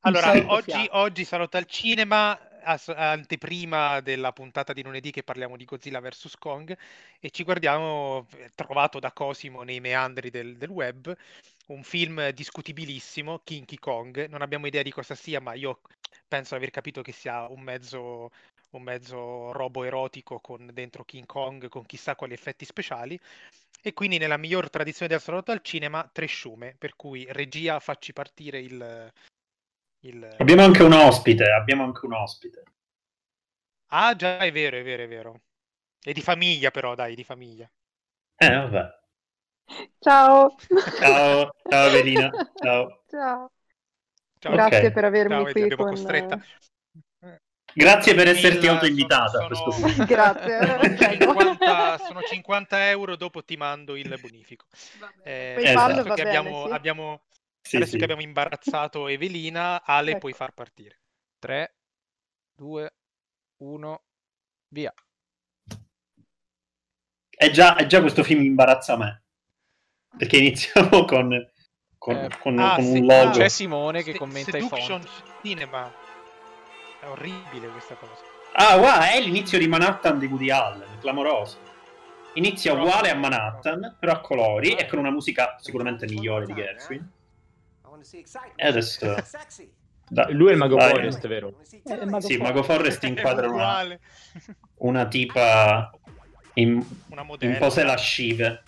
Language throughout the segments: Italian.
Allora, sottofiato. oggi sarò al cinema, anteprima della puntata di lunedì che parliamo di Godzilla vs. Kong, e ci guardiamo, trovato da Cosimo nei meandri del web, un film discutibilissimo, Kinky Kong. Non abbiamo idea di cosa sia, ma io penso di aver capito che sia un mezzo robo erotico con dentro King Kong, con chissà quali effetti speciali. E quindi, nella miglior tradizione del salotto al cinema, tresciume, per cui regia, facci partire il... Abbiamo anche un ospite. Ah, già, è vero, è vero, è vero. È di famiglia, però, dai, di famiglia. Vabbè. Ciao. Ciao Evelina. Ciao. Ciao. Ciao, Grazie Ok. per avermi ciao, Edi, qui abbiamo con... costretta. Grazie per esserti Milla, autoinvitata a questo punto. Grazie. Prego. 50 €, dopo ti mando il bonifico. PayPal Adesso va che bene, sì. adesso che abbiamo imbarazzato Evelina, Ale, Ecco. puoi far partire. 3, 2, 1, via. È già questo film imbarazza me. Perché iniziamo con un logo. C'è Simone che commenta i Seduction font. Cinema. È orribile questa cosa. Ah, guarda, è l'inizio di Manhattan di Woody Allen, clamoroso. Inizia uguale a Manhattan, però a colori e con una musica sicuramente migliore di Gershwin. E adesso... Lui è il Mago Vai. Forest, vero? Sì, Mago Forest inquadra È uguale. una tipa in Una pose lascive.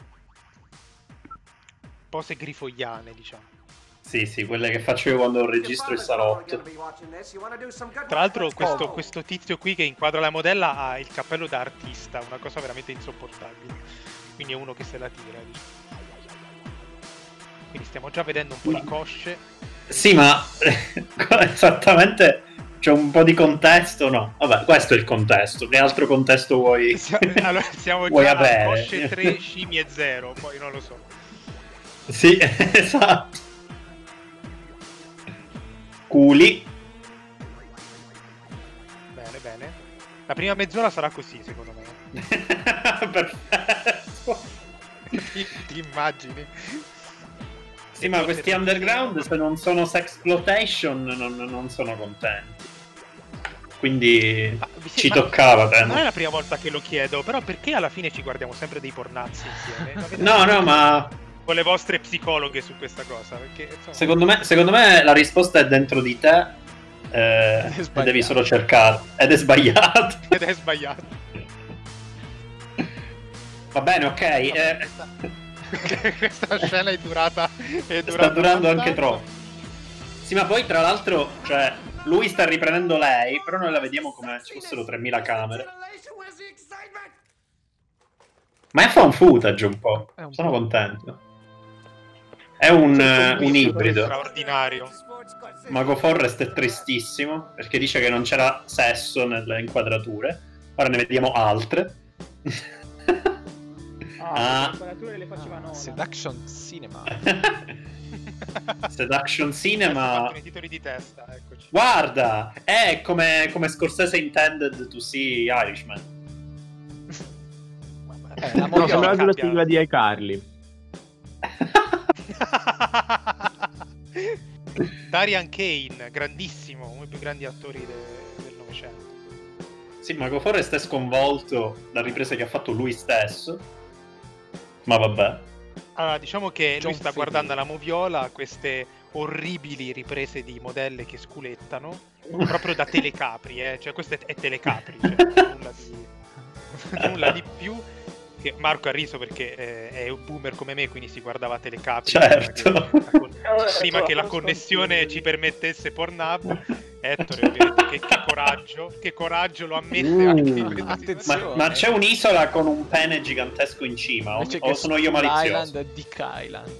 Pose grifoiane, diciamo. Sì, quelle che faccio io quando registro il salotto. Tra l'altro questo tizio qui che inquadra la modella ha il cappello da artista, una cosa veramente insopportabile. Quindi è uno che se la tira. Diciamo. Quindi stiamo già vedendo un po' di cosce. Sì, ma esattamente c'è un po' di contesto, no? Vabbè, questo è il contesto. Che altro contesto vuoi? Allora siamo vuoi già avere? a cosce 3, scimmie 0, poi non lo so. Sì, esatto. Culi. Bene. La prima mezz'ora sarà così, secondo me. Perfetto. Ti immagini? Sì, ma questi underground, se non sono sexploitation, non sono contenti. Quindi ci toccava. Non è la prima volta che lo chiedo, però perché alla fine ci guardiamo sempre dei pornazzi insieme? No, ma... Con le vostre psicologhe su questa cosa, perché insomma... secondo me la risposta è dentro di te. Devi solo cercare. Ed è sbagliato. Va bene, ok. Questa scena è durata sta durando anche troppo. Sì, ma poi tra l'altro, cioè, lui sta riprendendo lei, però noi la vediamo come ci fossero 3000 camere. Ma è fa un footage un po'. Sono contento. È un ibrido. Straordinario. Mago Forest è tristissimo perché dice che non c'era sesso nelle inquadrature. Ora ne vediamo altre. Le inquadrature le facevano Seduction Cinema. Seduction Cinema. I titoli di testa, eccoci. Guarda, è come Scorsese intended to see Irishman. No, sembrava sulla sigla di iCarly. Darian Kane, grandissimo, uno dei più grandi attori del Novecento. Sì, Mago Forest è sconvolto da riprese che ha fatto lui stesso. Ma vabbè. Allora, diciamo che lui sta Figlio. guardando la moviola, queste orribili riprese di modelle che sculettano, proprio da telecapri, cioè questo è telecapri, cioè nulla di più. Che Marco ha riso perché è un boomer come me, quindi si guardava telecapri. Certo. Prima che la connessione ci permettesse Pornhub. Ettore, ovviamente, che coraggio, lo ammette anche in questa Attenzione. Ma c'è un'isola con un pene gigantesco in cima, o sono io malizioso? Island, Dick Island.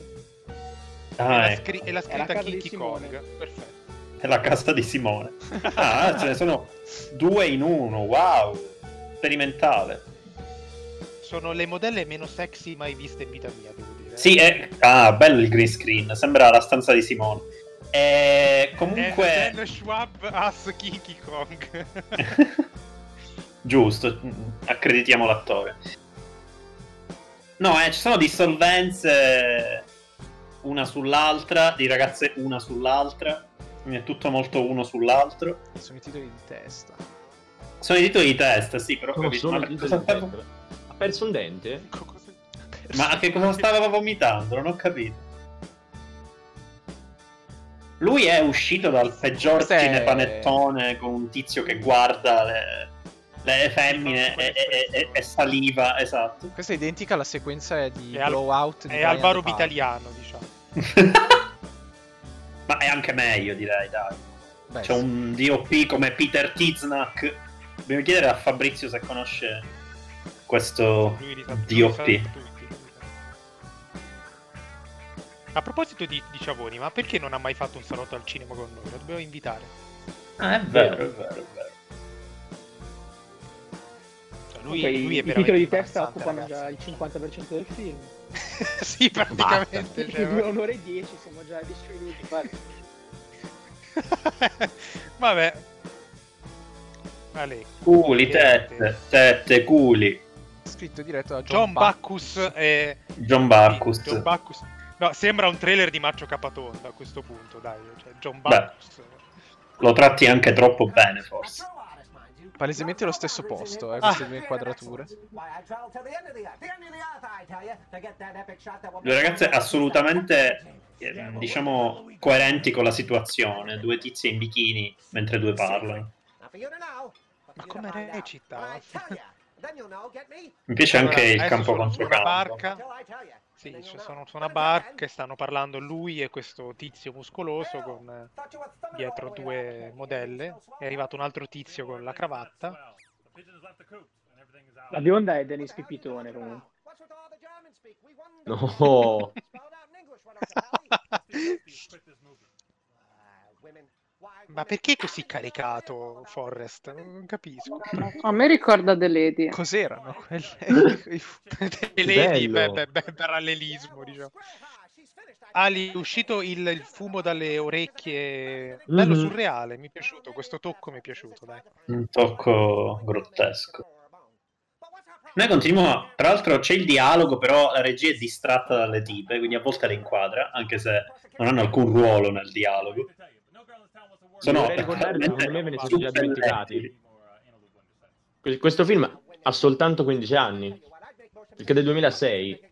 E la scritta casa Kinky di Kong. Simone. Perfetto. È la casa di Simone. Ah, ce ne sono 2 in 1, wow. Sperimentale. Sono le modelle meno sexy mai viste in vita mia, devo dire. Sì, bello il green screen, sembra la stanza di Simone. Comunque... Dan Schwab as Kinky Kong. Giusto, accreditiamo l'attore. No, ci sono dissolvenze una sull'altra, di ragazze una sull'altra. Quindi è tutto molto uno sull'altro. Sono i titoli di testa. Sono i titoli di testa, sì, però Sono capito. solo Ma, titoli cosa di stava... testa. Ha perso un dente? Ma a che cosa stava vomitando? Non ho capito. Lui è uscito dal peggior Questo è- cinepanettone con un tizio che guarda le femmine e saliva, esatto. Questa è identica alla sequenza di È Blowout di È Brian Alvaro De Palma. Vitaliano, diciamo. Ma è anche meglio, direi, dai. Beh, C'è sì. un DOP come Peter Tiznak. Dobbiamo chiedere a Fabrizio se conosce questo Lui DOP. lui sa tutti. A proposito di Ciavoni, ma perché non ha mai fatto un salotto al cinema con noi? Lo dobbiamo invitare. Ah, è vero, è vero, è vero. Cioè, Comunque, lui è i veramente titoli di testa imbarazzante, occupano già ragazzi. il 50% del film. Sì, praticamente. Che dura un'ora e 10, siamo già a 10 minuti. Vabbè. Vale. Culi, tette, culi. Scritto e diretto da John Bacchus e... John Bacchus. John Bacchus. No, sembra un trailer di Maccio Capatonda a questo punto, dai. Cioè, John Beh. Bacchus. Lo tratti anche troppo bene, forse. Palesemente lo stesso posto, queste due inquadrature. Due ragazze assolutamente, diciamo, coerenti con la situazione. Due tizie in bikini mentre due parlano. Ma come recita? Mi piace anche il Adesso campo sono contro su una campo. barca. Sì, sono su una barca e stanno parlando lui e questo tizio muscoloso con dietro due modelle. È arrivato un altro tizio con la cravatta. La bionda è Dennis Pipitone comunque. No. Ma perché è così caricato Forrest? Non capisco. A me ricorda The Lady. Cos'erano quelle? E lei Bello. parallelismo, diciamo. Ali, è uscito il fumo dalle orecchie. Bello surreale, mi è piaciuto. Questo tocco mi è piaciuto, dai. Un tocco grottesco. Noi continuiamo, tra l'altro c'è il dialogo, però la regia è distratta dalle tipe, quindi a volte le inquadra, anche se non hanno alcun ruolo nel dialogo. Sono Vorrei ricordare, secondo me ve ne siete già dimenticati. letti. Questo film ha soltanto 15 anni, perché è del 2006.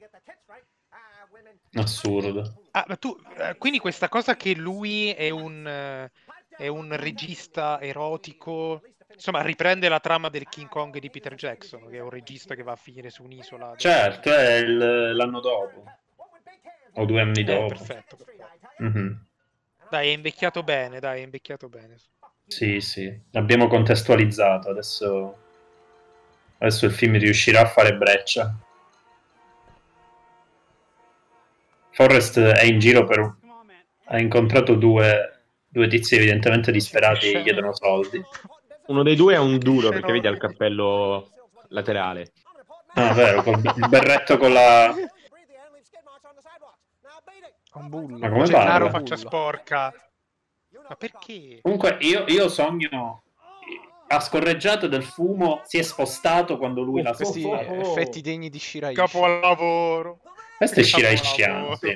Assurdo. Ah, ma tu, quindi questa cosa che lui è un regista erotico, insomma, riprende la trama del King Kong di Peter Jackson, che è un regista che va a finire su un'isola. Certo, è l'anno dopo. O 2 anni dopo. Perfetto. Mhm. Dai, è invecchiato bene, dai, è invecchiato bene. Sì, sì, l'abbiamo contestualizzato, adesso il film riuscirà a fare breccia. Forrest è in giro ha incontrato due tizi evidentemente disperati che chiedono soldi. Uno dei due è un duro, perché vedi ha il cappello laterale. Ah, vero, il berretto con la... Un bullo. Ma come Gennaro parla? faccia sporca. Ma perché? Comunque io sogno ha scorreggiato del fumo, si è spostato quando lui l'ha Questi soffiato. effetti degni di Shiraishi. Capolavoro. Questo è Capolavoro. Shiraishiano, sì.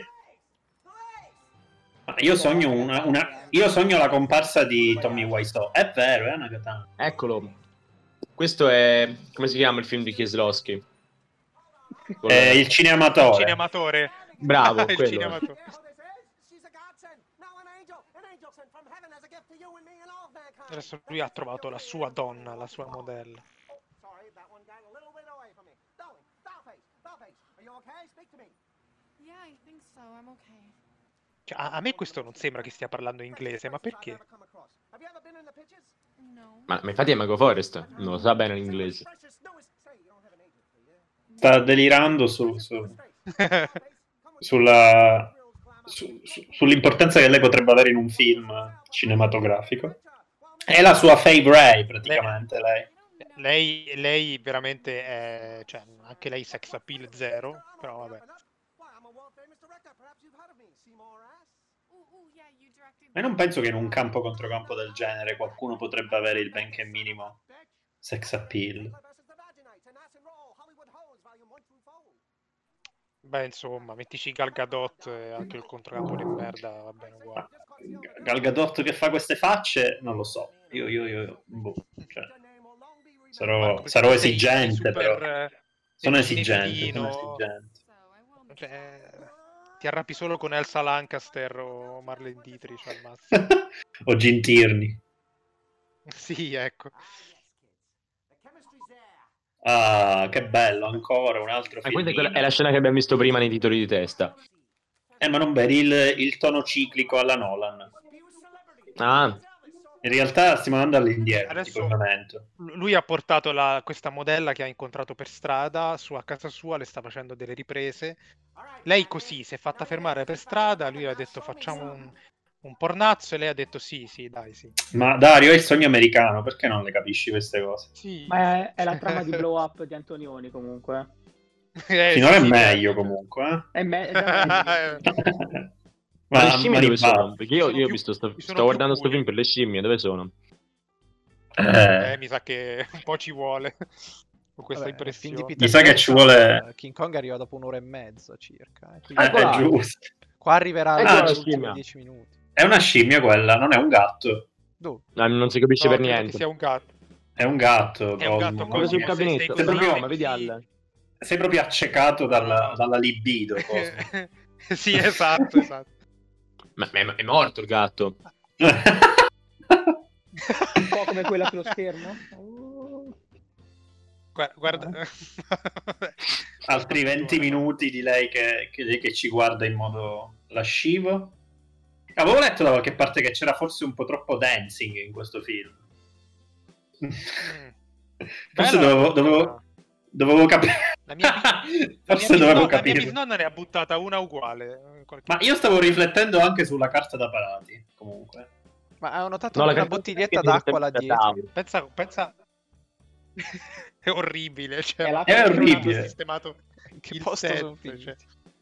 Ma io sogno io sogno la comparsa di Tommy Wiseau. È vero, è una katana. Eccolo. Questo è... come si chiama il film di Kieslowski? È il cinematore. Cinematore. Bravo, Il quello. cinematore. Adesso lui ha trovato la sua donna, la sua modella. Cioè, a me questo non sembra che stia parlando inglese, ma perché? Ma infatti è Mago Forest, non lo sa bene l'inglese. Sta delirando sull'importanza che lei potrebbe avere in un film cinematografico. È la sua Fave Ray, praticamente, lei. Lei veramente è... cioè, anche lei sex appeal zero, però vabbè. Ma non penso che in un campo contro campo del genere qualcuno potrebbe avere il benché minimo sex appeal. Beh, insomma, mettici Gal Gadot e anche il controcampo di merda, va bene uguale. Gal Gadot che fa queste facce, non lo so. Boh, cioè, sarò esigente, però. Sono esigente. Cioè, ti arrabbi solo con Elsa Lancaster o Marlene Dietrich al massimo. O Gin Tierney. Sì, ecco. Ah, che bello, ancora un altro film. Questa è la scena che abbiamo visto prima nei titoli di testa. Ma non vedi il tono ciclico alla Nolan. Ah, In realtà stiamo andando all'indietro, Adesso tipo il momento. lui ha portato questa modella che ha incontrato per strada a casa sua, le sta facendo delle riprese. Lei così si è fatta fermare per strada, lui ha detto facciamo un pornazzo e lei ha detto sì, dai, sì. Ma Dario, è il sogno americano, perché non le capisci queste cose? Sì. Ma è la trama di Blow Up di Antonioni comunque. Finora è meglio comunque. È meglio. ma le scimmie dove sono? Perché io sono ho visto sto guardando sto film per le scimmie, dove sono? Mi sa che un po' ci vuole. Con questa impressione. Mi sa che ci vuole. King Kong arriva dopo un'ora e mezza circa. È giusto. Qua arriverà la ultimi 10 minuti. È una scimmia quella, non è un gatto. Non si capisce per niente. Che sia un gatto. È un gatto. È un gatto come sul gabinetto. Ma vedi Al. Sei proprio accecato dalla libido. Sì, esatto. Ma è morto il gatto. Un po' come quella sullo schermo. Guarda. Altri 20 minuti di lei che ci guarda in modo lascivo. Avevo letto da qualche parte che c'era forse un po' troppo dancing in questo film. Forse dovevo capire. Forse dovevo capire. La mia bisnonna ne ha buttata una uguale. Ma io stavo riflettendo anche sulla carta da parati. Comunque. Ma ho notato una bottiglietta d'acqua là dietro. Pensa. È orribile. Cioè, è orribile. Sistemato che posto set, sono finiti? cioè.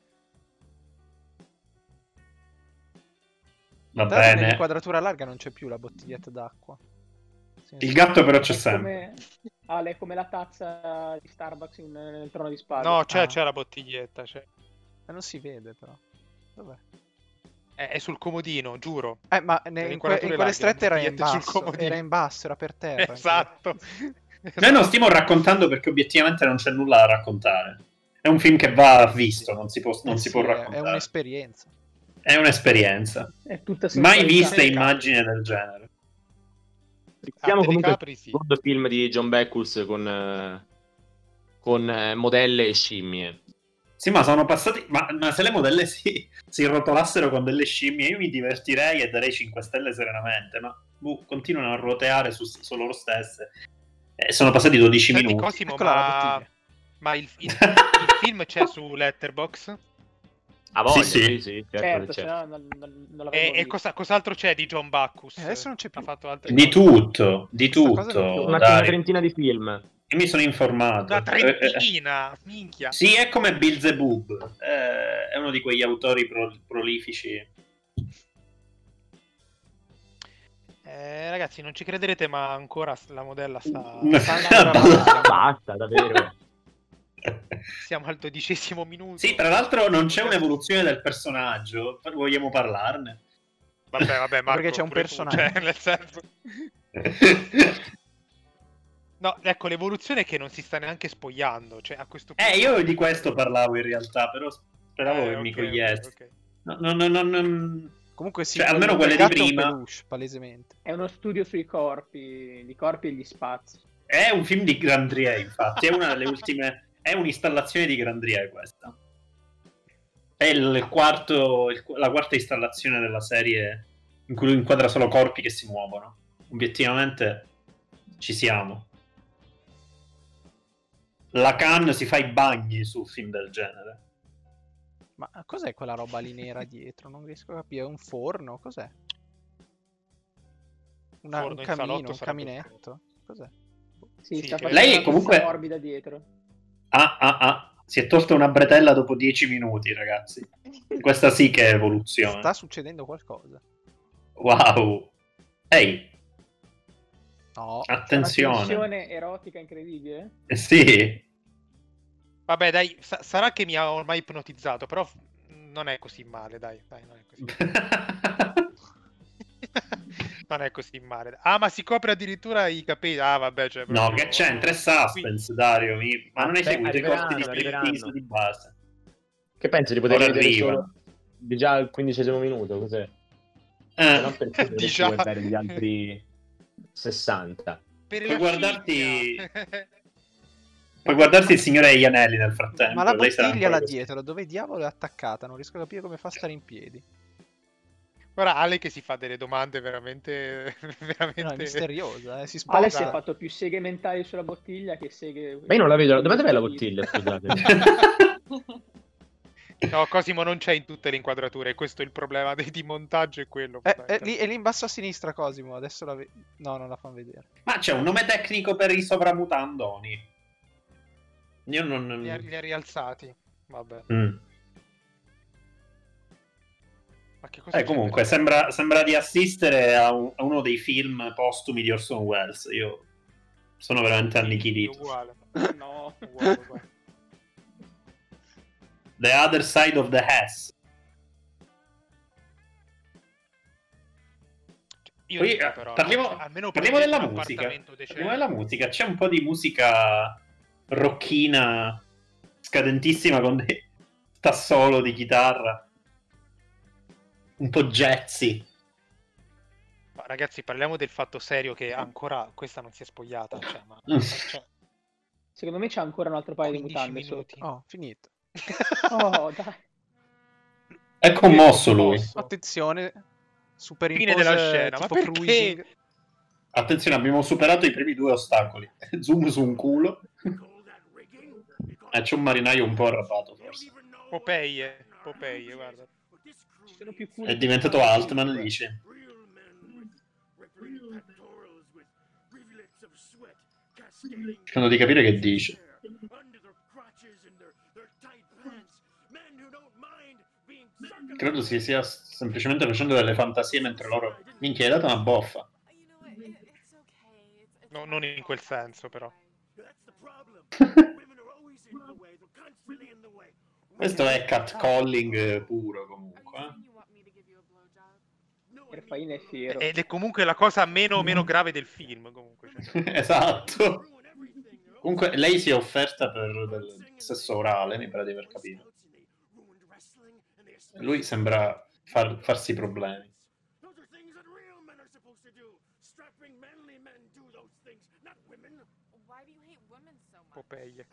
Va bene. Nell'inquadratura larga non c'è più la bottiglietta d'acqua. Il gatto però c'è sempre. È come la tazza di Starbucks nel Trono di Spade. No, c'è la bottiglietta. Ma non si vede però. Dov'è? È sul comodino, giuro. Ma in quelle strette era in basso. Era in basso, era per terra. Esatto. Noi non stiamo raccontando perché obiettivamente non c'è nulla da raccontare. È un film che va visto, non si può raccontare. È un'esperienza. È un'esperienza. È tutta mai viste immagini del genere. Siamo comunque il secondo film di John Beckles con modelle e scimmie. Sì, ma sono passati. Ma se le modelle si rotolassero con delle scimmie, io mi divertirei e darei 5 stelle serenamente. Ma continuano a roteare su loro stesse. Sono passati 12 minuti. Cosimo, ma il film c'è su Letterboxd? A voglia, sì. Certo. E cos'altro c'è di John Bacchus? Adesso non c'è più. Ha fatto altre di cose. tutto. Una trentina di film. Io mi sono informato. Una trentina, minchia. Sì, è come Beelzebub. È uno di quegli autori prolifici. Ragazzi, non ci crederete, ma ancora la modella sta Basta, davvero. Siamo al 12° minuto. Sì, tra l'altro non c'è un'evoluzione del personaggio. Vogliamo parlarne? Vabbè, Marco, perché c'è un personaggio. Cioè, nel senso. No, ecco, l'evoluzione è che non si sta neanche spogliando. Cioè, a questo punto. Io di questo parlavo in realtà, però speravo che mi cogliessi. Okay. No. Comunque sì, cioè, almeno quelle di prima. Peluche, palesemente. È uno studio sui corpi e gli spazi. È un film di Grandrier, infatti. È una delle ultime. È un'installazione di Grandrier questa. È la quarta installazione della serie in cui lui inquadra solo corpi che si muovono. Obiettivamente ci siamo. La Cannes si fa i bagni su un film del genere. Ma cos'è quella roba lì nera dietro? Non riesco a capire. È un forno? Cos'è? Un camino, un caminetto? Cos'è? Sì, sta facendo lei è comunque morbida dietro. Si è tolta una bretella dopo 10 minuti, ragazzi. Questa sì che è evoluzione. Sta succedendo qualcosa. Wow. Ehi. No. Attenzione. Una tensione erotica incredibile. Sì. Vabbè, dai, sarà che mi ha ormai ipnotizzato, però non è così male, dai non è così male. Non è così male. Ah, ma si copre addirittura i capelli. Ah, vabbè, cioè, No, proprio... che c'entra? È suspense, Dario. Ma non hai seguito i corti di arriveranno. striptease di base? Che pensi di poter Ora vedere arriva. solo di già al 15° minuto? Cos'è? Non pensate di Diciamo. guardare gli altri 60. Per Puoi la guardarti... scimmia. Puoi guardarsi il signore Ianelli nel frattempo. Ma la lei sarà bottiglia là ancora dietro, dove diavolo è attaccata? Non riesco a capire come fa a stare in piedi. Guarda, Ale che si fa delle domande veramente... veramente... No, è misteriosa, si Ale sposa. si è fatto più seghe mentali sulla bottiglia che seghe... Ma io non la vedo. Dov'è la bottiglia? Scusate. No, Cosimo non c'è in tutte le inquadrature, questo è il problema di montaggio, è quello. È lì in basso a sinistra, Cosimo. Adesso la no, non la fanno vedere. Ma c'è un nome tecnico per i sovramutandoni. Io non... Li ha rialzati. Vabbè. Ma che cosa c'è comunque, per- sembra di assistere a uno dei film postumi di Orson Welles. Io sono veramente annichilito. Uguale. No. Uguale. The Other Side of the Hess. Io Poi, dico però, parliamo, almeno parliamo per della un musica. appartamento decente. Parliamo della musica. C'è un po' di musica rocchina scadentissima con dei tassolo di chitarra. Un po' jazzy. Ma ragazzi, parliamo del fatto serio che ancora questa non si è spogliata. Cioè, ma, Secondo me c'è ancora un altro paio di 15 mutande minuti. sotto. Oh, finito. Oh, dai. È commosso lui. Attenzione. Superimpose, Fine della scena. Ma tipo perché? cruising. Attenzione, abbiamo superato i primi 2 ostacoli. Zoom su un culo. C'è un marinaio un po' arrabbiato, forse. Popeye, guarda. Ci sono più culo. È diventato Altman, dice. Cercando di capire che dice. Credo si stia semplicemente facendo delle fantasie mentre loro... Minchia, hai dato una boffa. No, non in quel senso, però. Questo è catcalling puro, comunque. Erfaina è fiero. Ed è comunque la cosa meno grave del film, comunque. Cioè. Esatto. Comunque, lei si è offerta per del sesso orale, mi pare di aver capito. Lui sembra farsi problemi. Popeye.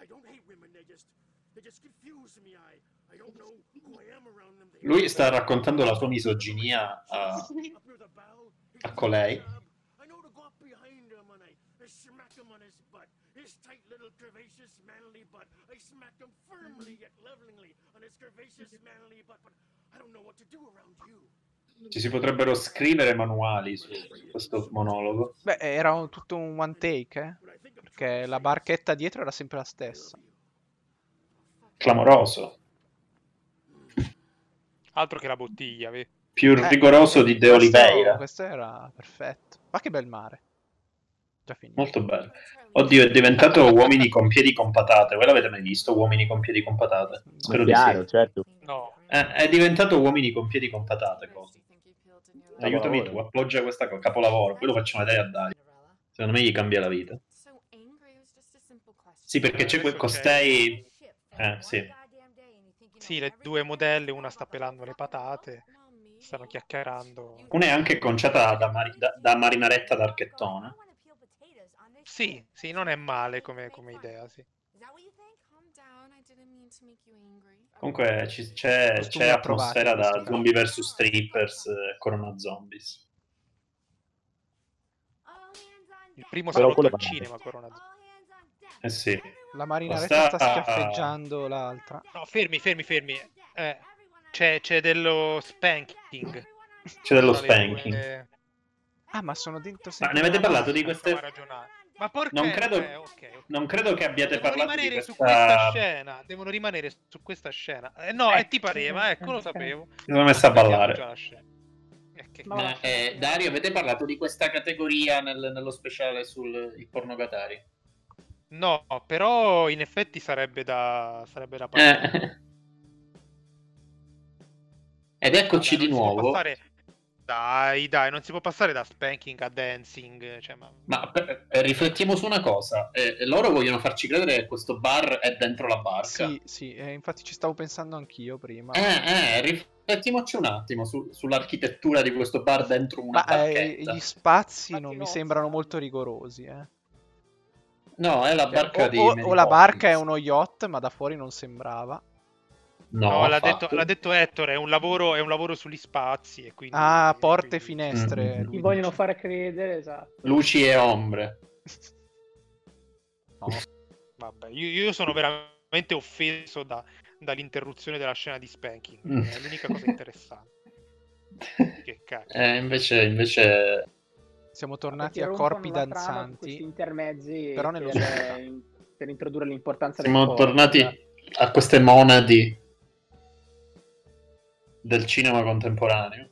Lui sta raccontando la sua misoginia a colei. Ci si potrebbero scrivere manuali su questo monologo. Beh, era tutto un one take, perché la barchetta dietro era sempre la stessa. Clamoroso. Altro che la bottiglia, Più rigoroso di De Oliveira. Questo era perfetto. Ma che bel mare. Già finito. Molto bello. Oddio, è diventato Uomini con piedi con patate. Voi l'avete mai visto, Uomini con piedi con patate? Spero di sì. Certo. No. È diventato Uomini con piedi con patate. Cosa? Aiutami tu, appoggia questa cosa. Capolavoro. Poi lo facciamo vedere a Dario. Secondo me gli cambia la vita. Sì, perché c'è quel costei... sì. Sì, le due modelle, una sta pelando le patate, stanno chiacchierando. Una è anche conciata da Marinaretta d'Archettone. Sì, non è male come idea, sì. Comunque c'è atmosfera da Zombie vs Strippers, Corona Zombies. Il primo sarà al cinema, Corona Zombies. Sì. La marinaretta sta schiaffeggiando l'altra. No, fermi. C'è dello spanking. C'è dello spanking. Ah, ma sono dentro. Ma ne avete parlato di queste... Ma porca... Non credo che abbiate parlato di questa... su questa scena. Devono rimanere su questa scena. No, ti pareva, ecco, lo sapevo. Mi sono messo a ballare. Dario, avete parlato di questa categoria nello speciale sul pornogatari? No, però in effetti sarebbe da parlare. Ed eccoci di nuovo. Dai, non si può passare da spanking a dancing. Cioè, Ma riflettiamo su una cosa. Loro vogliono farci credere che questo bar è dentro la barca. Sì, infatti ci stavo pensando anch'io prima. Riflettiamoci un attimo sull'architettura di questo bar dentro una barchetta. Gli spazi non mi sembrano molto rigorosi, No, è la barca di o la barca è uno yacht, ma da fuori non sembrava. No, l'ha detto Ettore, è un lavoro sugli spazi. E quindi, porte e finestre. Ti vogliono fare credere, esatto. Luci e ombre. No. Vabbè, io sono veramente offeso dall'interruzione della scena di spanking. È l'unica cosa interessante. Che cacchio. Invece... Siamo tornati a corpi danzanti. Questi intermezzi però nello per introdurre l'importanza del Siamo tornati a queste monadi del cinema contemporaneo.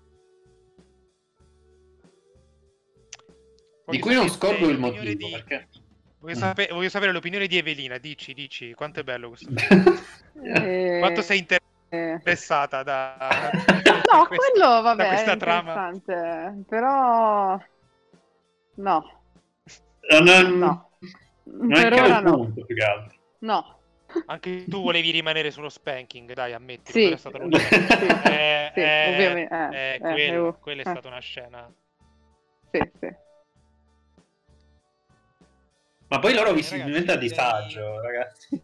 Di cui non scorgo il motivo, perché... Voglio sapere l'opinione di Evelina. Dici, quanto è bello questo film. Quanto sei interessata da no, quello vabbè, da questa è trama? interessante, però no. Non è Per chiaro ora il no. punto, più che altro. No. Anche tu volevi rimanere sullo spanking, dai, ammetti. Sì, Quella è stata l'unica. sì, ovviamente. Quella è stata una scena. Sì. Ma poi loro visibilmente a disagio, ragazzi.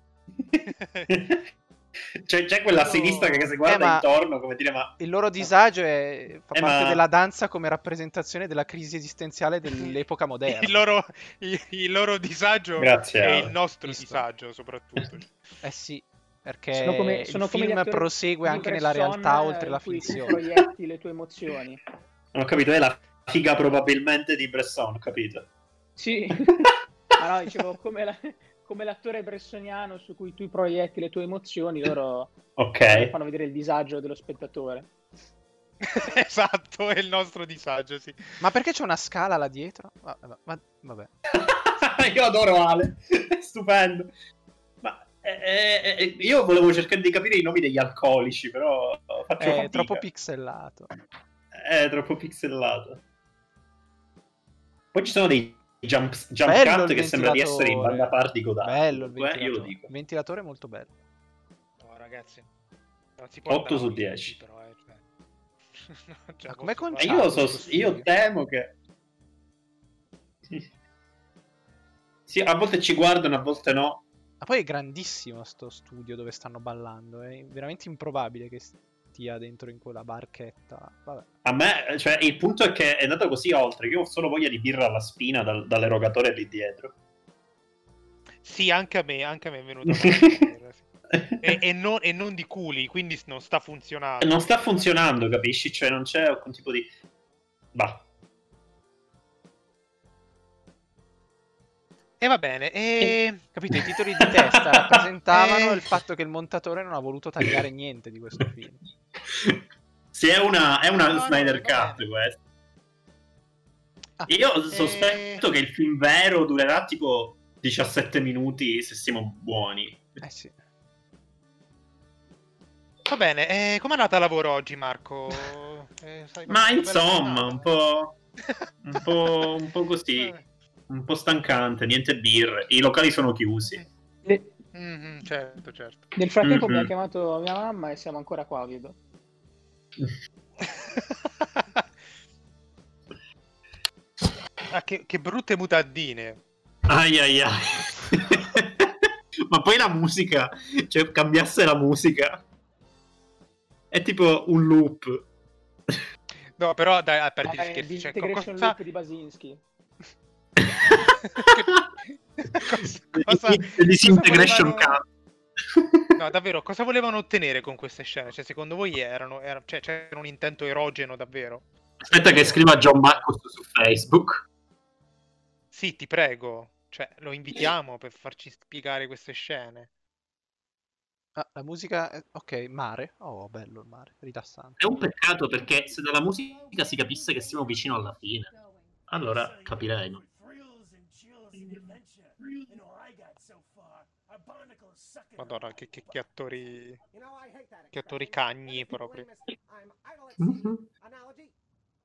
C'è quella a sinistra che si guarda intorno, come dire, ma... Il loro disagio fa parte della danza come rappresentazione della crisi esistenziale dell'epoca moderna. Il loro disagio Grazie, è Ale. il nostro disagio, soprattutto. Sì, perché sono il come film prosegue anche nella realtà oltre la finzione. Tu proietti le tue emozioni. Non ho capito, è la figa probabilmente di Bresson, ho capito. Sì. Ma no, dicevo, come l'attore bressoniano su cui tu proietti le tue emozioni, loro fanno vedere il disagio dello spettatore. Esatto, è il nostro disagio, sì. Ma perché c'è una scala là dietro? Vabbè. Io adoro Ale, è stupendo. Ma io volevo cercare di capire i nomi degli alcolici, però faccio fatica. È troppo pixelato. È troppo pixelato. Poi ci sono dei jump cut che sembra di essere in banda par di Godard. Bello il ventilatore. Io lo dico. Il ventilatore è molto bello. No, ragazzi, non si può 8 su 10. Però, Ma com'è io temo che... Sì, a volte ci guardano, a volte no. Ma poi è grandissimo sto studio dove stanno ballando. È veramente improbabile che stia dentro in quella barchetta. Vabbè. A me, cioè, il punto è che è andato così oltre. Io ho solo voglia di birra alla spina dall'erogatore lì dietro. Sì, anche a me è venuto e non di culi, quindi non sta funzionando. Non sta funzionando, capisci? Cioè non c'è alcun tipo di... Bah. E va bene, capito, i titoli di testa rappresentavano il fatto che il montatore non ha voluto tagliare niente di questo film. Sì, è una Snyder Cut questa. Io sospetto che il film vero durerà tipo 17 minuti se siamo buoni. Sì. Va bene, com'è andata a lavoro oggi, Marco? Ma insomma, un po' così. Un po' stancante, niente birre. I locali sono chiusi. Certo. Nel frattempo mi ha chiamato mia mamma e siamo ancora qua, vedo. Che brutte mutandine. Ai. Ma poi la musica, cioè cambiasse la musica. È tipo un loop. No, però dai, a parte gli scherzi, Disintegration loop di Basinski. Disintegration cut. No, davvero, cosa volevano ottenere con queste scene? Cioè, secondo voi c'era un intento erogeno, davvero? Aspetta che scriva John Bacchus su Facebook. Sì, ti prego. Cioè, lo invitiamo per farci spiegare queste scene. La musica... Ok, mare. Oh, bello il mare, rilassante. È un peccato perché se dalla musica si capisse che siamo vicino alla fine, allora capirei. No? Madonna, che attori cagni proprio.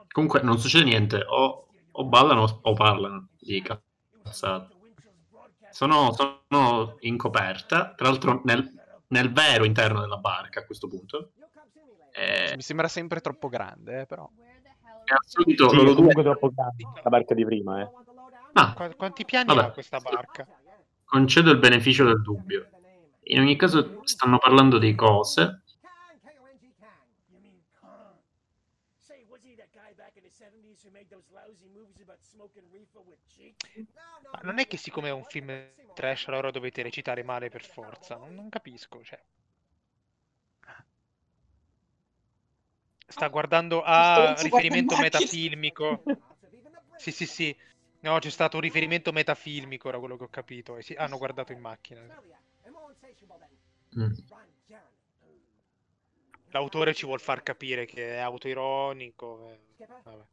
Comunque non succede niente, o ballano o parlano di cazzate. Sono in coperta, tra l'altro nel vero interno della barca a questo punto. Mi sembra sempre troppo grande, però. È al solito Sì, loro è comunque due... troppo grande la barca di prima, Quanti piani vabbè. ha questa barca? Concedo il beneficio del dubbio. In ogni caso stanno parlando di cose. Ma non è che siccome è un film trash allora dovete recitare male per forza, non capisco, cioè. Sta guardando a riferimento metafilmico. Sì. No, c'è stato un riferimento metafilmico, era quello che ho capito. E hanno guardato in macchina. L'autore ci vuol far capire che è autoironico. Vabbè.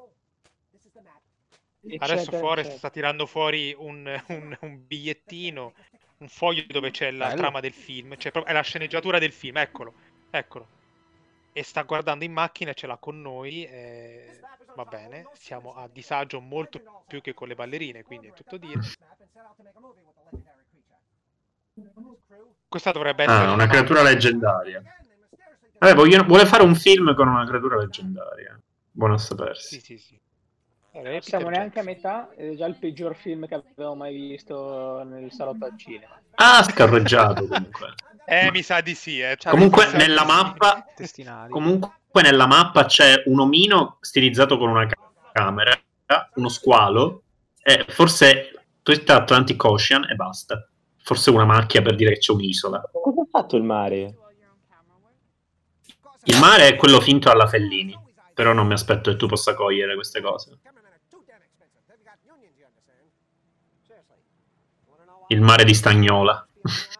Adesso Forrest sta tirando fuori un bigliettino, un foglio dove c'è la trama del film. Cioè, è la sceneggiatura del film, eccolo. E sta guardando in macchina e ce l'ha con noi. Va bene, siamo a disagio molto più che con le ballerine, quindi è tutto dire. Questa dovrebbe essere una creatura leggendaria. Vabbè, vuole fare un film con una creatura leggendaria. Buono a sapersi. Sì. Non siamo neanche a metà, è già il peggior film che avevo mai visto nel salotto al cinema. Scarreggiato comunque. Mi sa di sì. Comunque nella mappa c'è un omino stilizzato con una camera, uno squalo, e forse tutta Atlantic Ocean e basta. Forse una macchia per dire che c'è un'isola. Cosa ha fatto il mare? Il mare è quello finto alla Fellini, però non mi aspetto che tu possa cogliere queste cose. Il mare di Stagnola.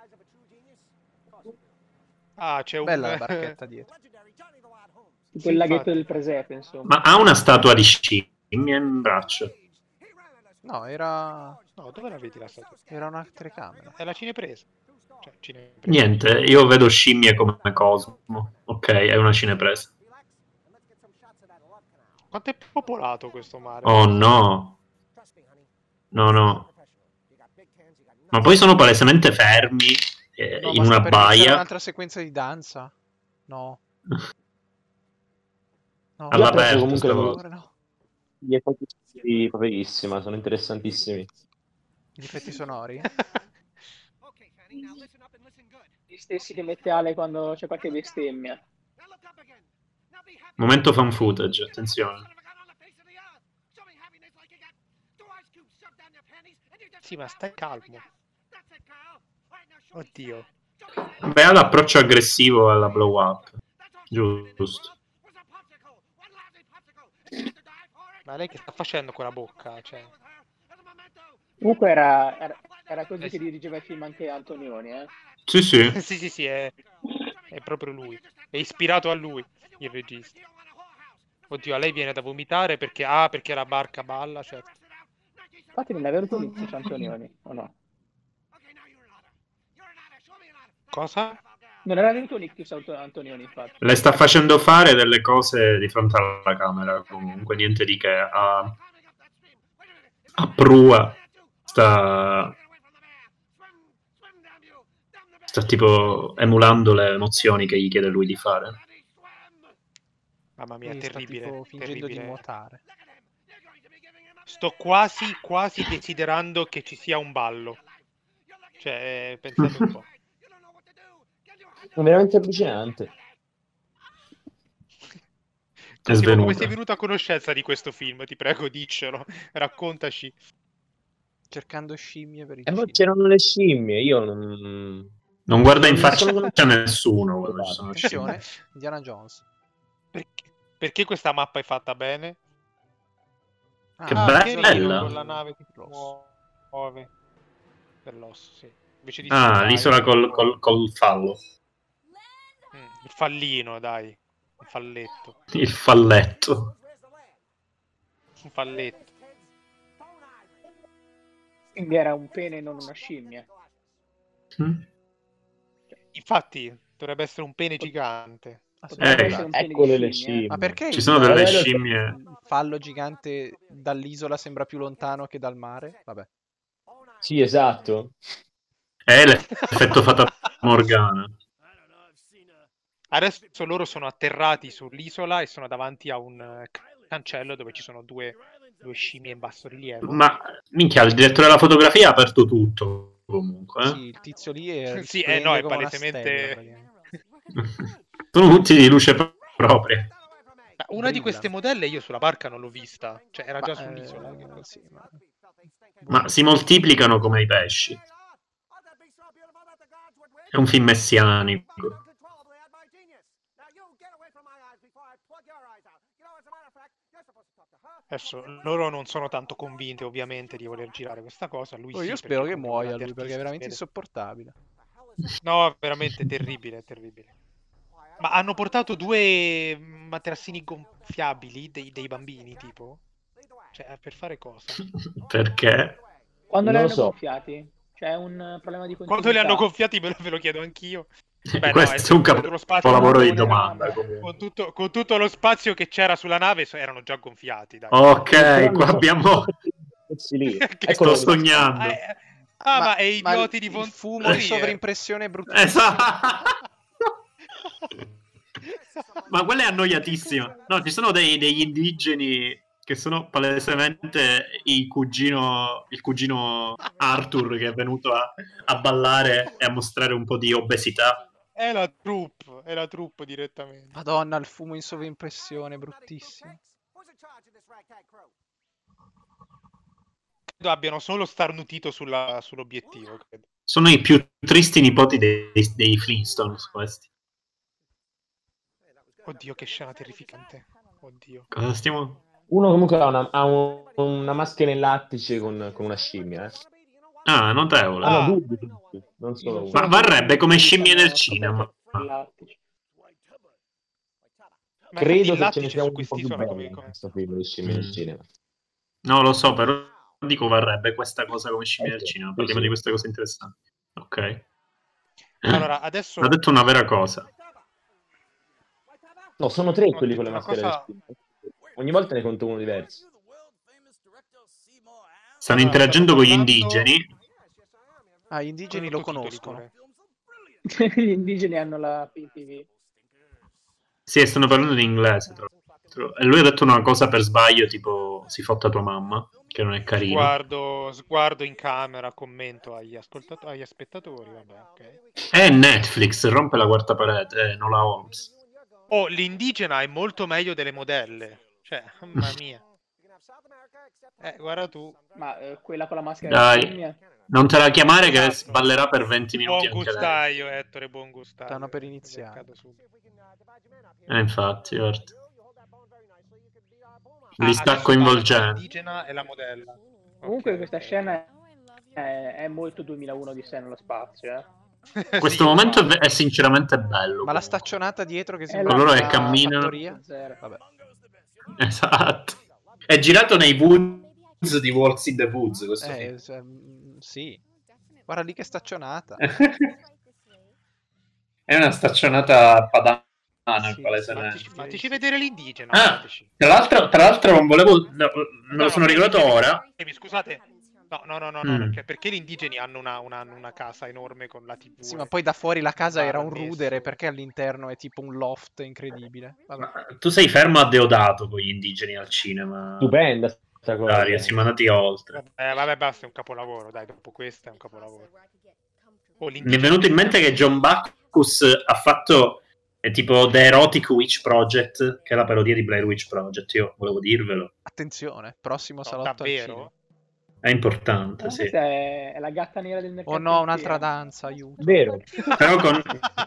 C'è bella la barchetta dietro. Quel laghetto del presepe, insomma. Ma ha una statua di scimmia in braccio? No, era... No, dove la vedi la statua? Era una telecamera. È la cinepresa. Niente, io vedo scimmie come Cosmo. Ok, è una cinepresa. Quanto è popolato questo mare? Oh no. No. Ma poi sono palesemente fermi in una baia. C'è un'altra sequenza di danza? No. All'aperto comunque no. Gli effetti poverissima, sono interessantissimi. Gli effetti sonori? Gli stessi che mette Ale quando c'è qualche bestemmia. Momento fan footage, attenzione. Sì, ma stai calmo. Oddio. Beh, ha l'approccio aggressivo alla blow up. Giusto. Ma lei che sta facendo con la bocca? Cioè... Comunque era così che dirigeva il film anche Antonioni, Sì. Sì, è proprio lui. È ispirato a lui, il regista. Oddio, a lei viene da vomitare perché la barca balla, certo. Infatti non è venuto l'inizio Antonioni, o no? Cosa? Non era venuto l'ictus Antonioni, infatti. Le sta facendo fare delle cose di fronte alla camera, comunque niente di che. A prua sta tipo emulando le emozioni che gli chiede lui di fare. Mamma mia, terribile. Fingendo di nuotare. Sto quasi desiderando che ci sia un ballo. Cioè, pensate un po'. È veramente allucinante. Come sei venuto a conoscenza di questo film? Ti prego, diccelo. Raccontaci. Cercando scimmie per il cinema. C'erano le scimmie, io non guarda in faccia a nessuno. Attenzione, Indiana Jones. Perché questa mappa è fatta bene? Che bella! Con la nave che muove per l'osso, sì. Invece di l'isola col fallo. Il fallino, dai. Il falletto. Il falletto. Un falletto. Quindi era un pene, non una scimmia. Infatti, dovrebbe essere un pene gigante. Eccole le scimmie. Ma perché ci sono delle scimmie? Il fallo gigante dall'isola sembra più lontano che dal mare? Vabbè. Sì, esatto. È l'effetto Fata Morgana. Adesso loro sono atterrati sull'isola e sono davanti a un cancello dove ci sono due scimmie in basso rilievo. Ma minchia, il direttore della fotografia ha aperto tutto comunque. Sì, il tizio lì è sì, no, è come palesemente sono tutti di luce propria. Una di queste modelle io sulla barca non l'ho vista, cioè era già sull'isola. Sì, ma si moltiplicano come i pesci. È un film messianico. Adesso loro non sono tanto convinte ovviamente di voler girare questa cosa. Lui io spero che muoia lui perché è veramente insopportabile. No, veramente terribile, terribile. Ma hanno portato 2 materassini gonfiabili dei bambini, tipo? Cioè, per fare cosa? Perché? Quando li hanno gonfiati? C'è un problema di continuità. Quando li hanno gonfiati ve lo chiedo anch'io. Beh, questo è un capolavoro di domanda. Con tutto lo spazio che c'era sulla nave erano già gonfiati. Dai. Ok, qua abbiamo... Sto sognando. Ma è idioti di il fumo di sovrimpressione è bruttissimo. Esatto. Ma quella è annoiatissima. No, ci sono degli indigeni che sono palesemente il cugino Arthur che è venuto a ballare e a mostrare un po' di obesità. È la troupe direttamente. Madonna, il fumo in sovrimpressione, bruttissimo. Credo abbiano solo starnutito sull'obiettivo. Credo. Sono i più tristi nipoti dei Flintstones questi. Oddio, che scena terrificante. Oddio. Cosa stiamo... Uno comunque ha una maschera in lattice con una scimmia. Ah, notevole. No, non solo uno. Ma varrebbe come scimmie nel cinema. Credo che ce ne sia un po' più bello questo film di scimmie nel cinema. No, lo so, però dico varrebbe questa cosa come scimmie nel cinema. Parliamo di queste cose interessanti. Ok. Allora, adesso... Ha detto una vera cosa. No, sono 3 quelli con le maschere nel cinema. Ogni volta ne conto uno diverso. Stanno interagendo con gli indigeni. Ah, gli indigeni lo conoscono. Gli indigeni hanno la PTV. Sì, stanno parlando in inglese, tra l'altro. E lui ha detto una cosa per sbaglio, tipo si fotta tua mamma, che non è carino. Sguardo in camera, commento agli spettatori. Vabbè, okay. È Netflix, rompe la quarta parete, non la Holmes. Oh, l'indigena è molto meglio delle modelle. Cioè, mamma mia. Guarda tu. Ma quella con la maschera Dai, di scimmia? non te la chiamare che ballerà per 20 minuti buon anche gustaio, lei. Ettore, buon gustaio. Stanno per iniziare. Infatti, guarda. Li sta coinvolgendo. L'indigena e la modella. Comunque questa scena è molto 2001 di sé nello spazio, Questo momento è sinceramente bello. Ma la staccionata dietro che sembra loro che camminano. Vabbè. Esatto. È girato nei woods di Waltz in the Woods questo sì. Guarda lì che staccionata. È una staccionata padana, sì, palesemente. Fateci vedere l'indigena. Tra l'altro non volevo... me lo sono ricordato ora. Scusate. No, perché gli indigeni hanno una casa enorme con la TV. Sì, ma poi da fuori la casa era un rudere, perché all'interno è tipo un loft incredibile. Ma tu sei fermo a Deodato con gli indigeni al cinema. Stupenda sta cosa. Dario, siamo andati oltre. Vabbè, basta, è un capolavoro, dai, dopo questo è un capolavoro. Mi è venuto in mente che John Bacchus ha fatto tipo The Erotic Witch Project, che è la parodia di Blair Witch Project, io volevo dirvelo. Attenzione, prossimo salotto al cinema. È importante, sì. Questa è la gatta nera del mercato. Oh no, un'altra danza, aiuto. Vero. Però con...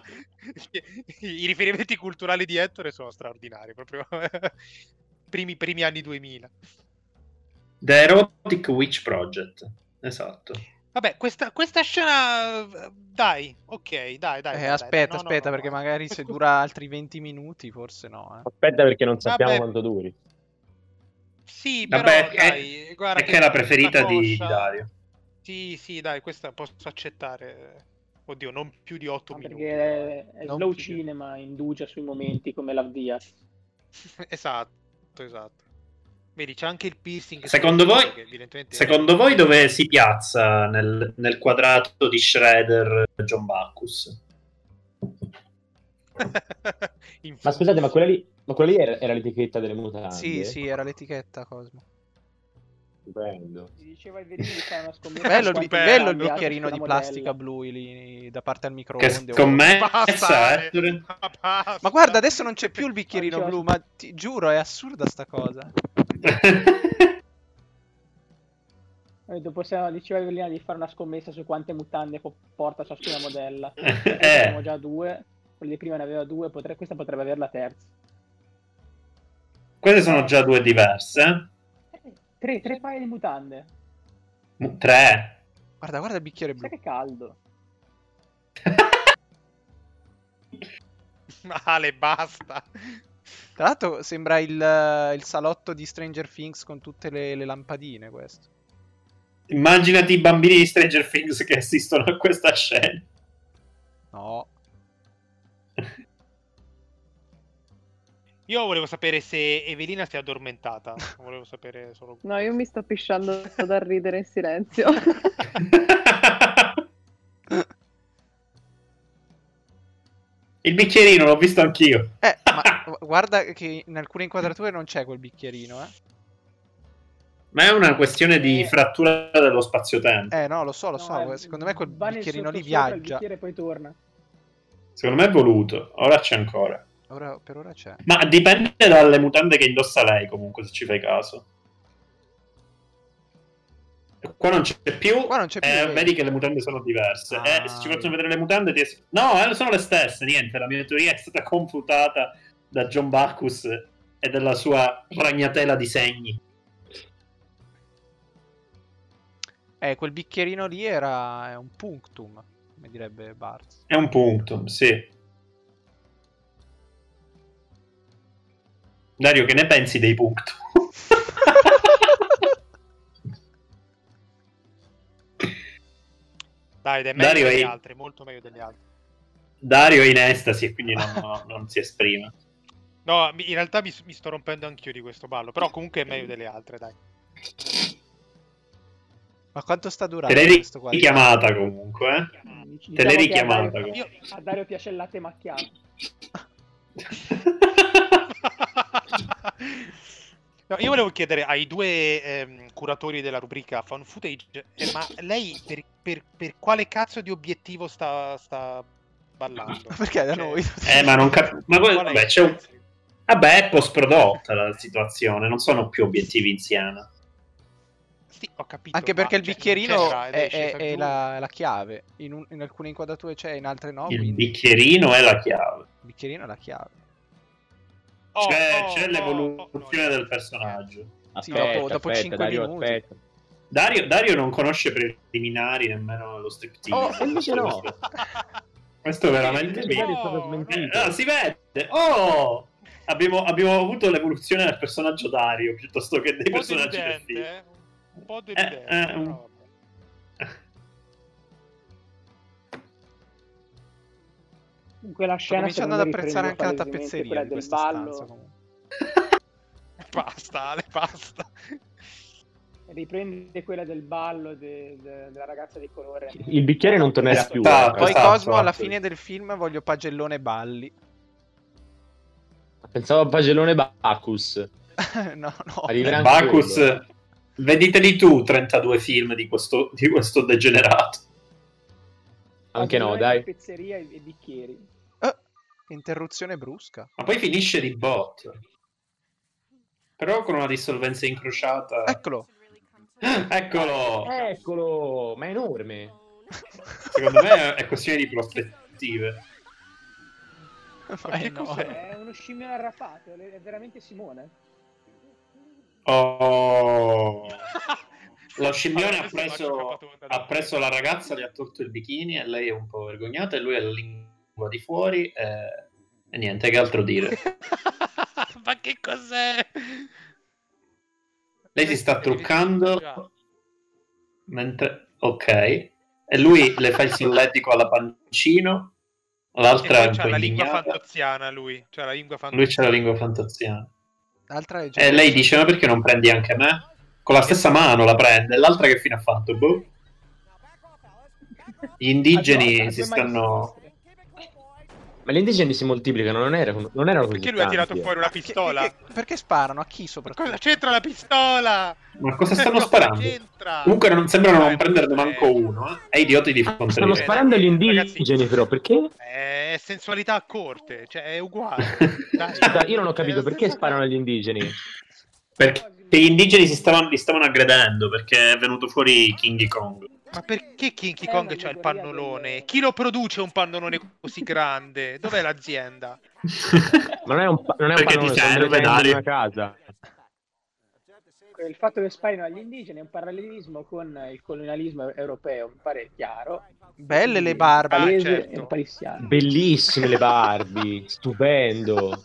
I riferimenti culturali di Ettore sono straordinari, proprio primi anni 2000. The Erotic Witch Project, esatto. Vabbè, questa scena... Dai, ok, dai. Aspetta, perché magari se dura altri 20 minuti, forse no. Aspetta perché non sappiamo quanto duri. Sì, però dai, guarda che è la preferita di Dario. Sì, dai, questa posso accettare. Oddio, non più di 8 minuti. Perché è slow cinema, indugia sui momenti come Love Diaz. Esatto. Vedi, c'è anche il piercing. Secondo voi, evidentemente... secondo voi dove si piazza nel quadrato di Shredder John Bacchus? Ma scusate, ma quella lì era l'etichetta delle mutande? Sì, era l'etichetta, Cosmo. Stupendo. Si diceva Evelini di fare una scommessa. Bello il bicchierino di plastica blu lì da parte al microonde. Che scommessa, Ma guarda, adesso non c'è più il bicchierino blu, ma ti giuro, è assurda sta cosa. Diceva Evelina di fare una scommessa su quante mutande porta ciascuna modella. Abbiamo già 2, quelli di prima ne aveva 2, questa potrebbe avere la terza. Queste sono già 2 diverse. 3 paia di mutande. 3. Guarda il bicchiere blu. Sai che caldo. Ale, basta. Tra l'altro sembra il salotto di Stranger Things con tutte le lampadine questo. Immaginati i bambini di Stranger Things che assistono a questa scena. No. Io volevo sapere se Evelina si è addormentata. Volevo sapere solo... No, io mi sto pisciando da ridere in silenzio. Il bicchierino l'ho visto anch'io. Ma guarda che in alcune inquadrature non c'è quel bicchierino, Ma è una questione di frattura dello spazio-tempo. No, lo so. Secondo me quel bicchierino lì viaggia. Il bicchiere poi torna. Secondo me è voluto. Ora c'è ancora. Per ora c'è. Ma dipende dalle mutande che indossa lei, comunque, se ci fai caso. Qua non c'è più. Vedi che le mutande sono diverse. Se ci facciano vedere le mutande no, sono le stesse. Niente, la mia teoria è stata confutata da John Bacchus e della sua ragnatela di segni. Quel bicchierino lì è un punctum, come direbbe Bartz. È un punctum, sì. Dario, che ne pensi dei punctum? Dai, è meglio delle altre, molto meglio delle altre. Dario è in estasi e quindi non si esprime. No, in realtà mi sto rompendo anch'io di questo ballo, però comunque è meglio delle altre, dai. Ma quanto sta durando questo qua? Te l'hai richiamata comunque, Te l'hai richiamata. A Dario piace il latte macchiato. No, io volevo chiedere ai 2 curatori della rubrica Found Footage, ma lei per quale cazzo di obiettivo sta ballando? Perché da noi? Ma non capisco. Vabbè, è post-prodotta la situazione, non sono più obiettivi insieme. Sì, ho capito. Anche perché il bicchierino è la chiave. In alcune inquadrature c'è, in altre no. Il bicchierino è la chiave. Il bicchierino è la chiave. C'è l'evoluzione del personaggio. Dopo 5 minuti. Dario non conosce preliminari nemmeno lo striptease. Invece no. Questo è veramente si vede. Abbiamo avuto l'evoluzione del personaggio Dario piuttosto che dei personaggi del film. Un po' deludente. Comunque la scena, sto cominciando ad apprezzare anche la tappezzeria del ballo. Basta, Ale, basta. Riprende quella del ballo della ragazza di colore. Il bicchiere non tornerà più. Poi Cosmo alla fine del film voglio pagellone balli. Pensavo a pagellone Bacchus. No. Bacchus, vediteli tu 32 film di questo degenerato. Anche no, dai. Pizzeria e bicchieri. Interruzione brusca. Ma poi finisce di botto. Però con una dissolvenza incrociata. Eccolo. Ma è enorme. Secondo me è questione di prospettive. Ma che cos'è? È uno scimmio arrabbiato, è veramente Simone. Lo scimmione ha preso la ragazza, le ha tolto il bikini e lei è un po' vergognata e lui ha la lingua di fuori e niente, che altro dire. Ma che cos'è? Lei si sta truccando mentre... Ok. E lui le fa il solletico alla pancino, l'altra è un po' la lingua indignata. fantoziana, lui c'ha la lingua fantoziana. L'altra è E lei dice: ma perché non prendi anche me? Con la stessa mano la prende. E l'altra che fine ha fatto? Boh. Gli indigeni si stanno... Ma gli indigeni si moltiplicano, non erano così perché lui ha tirato tanti, fuori una pistola? Perché sparano? A chi soprattutto? Cosa c'entra la pistola? Ma cosa stanno sparando? C'entra? Comunque non sembrano non prenderne manco uno. È idioti di Stanno fronte. sparando gli indigeni, però, perché? È sensualità a corte, cioè è uguale. Dai, io non ho capito perché sparano agli indigeni. Perché gli indigeni li stavano aggredendo, perché è venuto fuori King Kong. Ma perché King Kong c'ha il pannolone? Chi lo produce un pannolone così grande? Dov'è l'azienda? Ma non è un Perché pannolone, ti sono serve, delle tende di Dario? una casa. Il fatto che sparino agli indigeni è un parallelismo con il colonialismo europeo, mi pare chiaro. Belle le barbe. Palese certo. e un palissiano. Bellissime le Barbie, stupendo.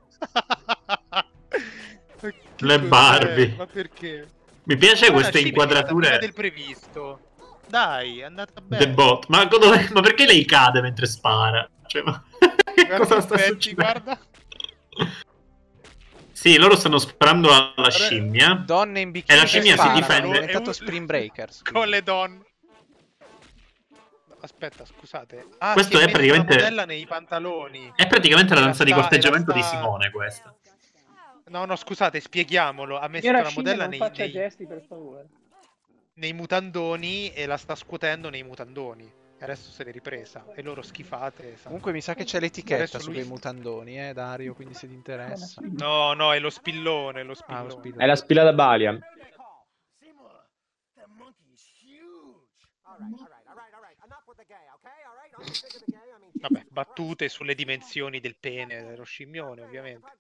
Le Barbie. Ma perché? Mi piace queste Prima inquadrature. del previsto. Dai, è andata bene. The bot. Ma perché lei cade mentre spara? Cioè, ma cosa sta succedendo? Guarda. Sì, loro stanno sparando alla scimmia. Donne in E bikini la che scimmia si sparano, difende. È diventato Spring Breakers. Con le donne. Aspetta, scusate. Questo si è praticamente- una modella nei pantaloni. È praticamente la danza di Era corteggiamento di sta- Simone, questa. No, scusate, spieghiamolo. Ha messo Signora una Scimmia, modella non faccia gesti, per favore. nei mutandoni e la sta scuotendo nei mutandoni. E adesso se l'è ripresa. E loro schifate. Comunque mi sa che c'è l'etichetta Adesso su lui- quei mutandoni, Dario, quindi se ti interessa. No, è lo spillone, lo Ah, spillone. lo spillone. È la spilla da Balia. Vabbè, battute sulle dimensioni del pene dello scimmione, ovviamente.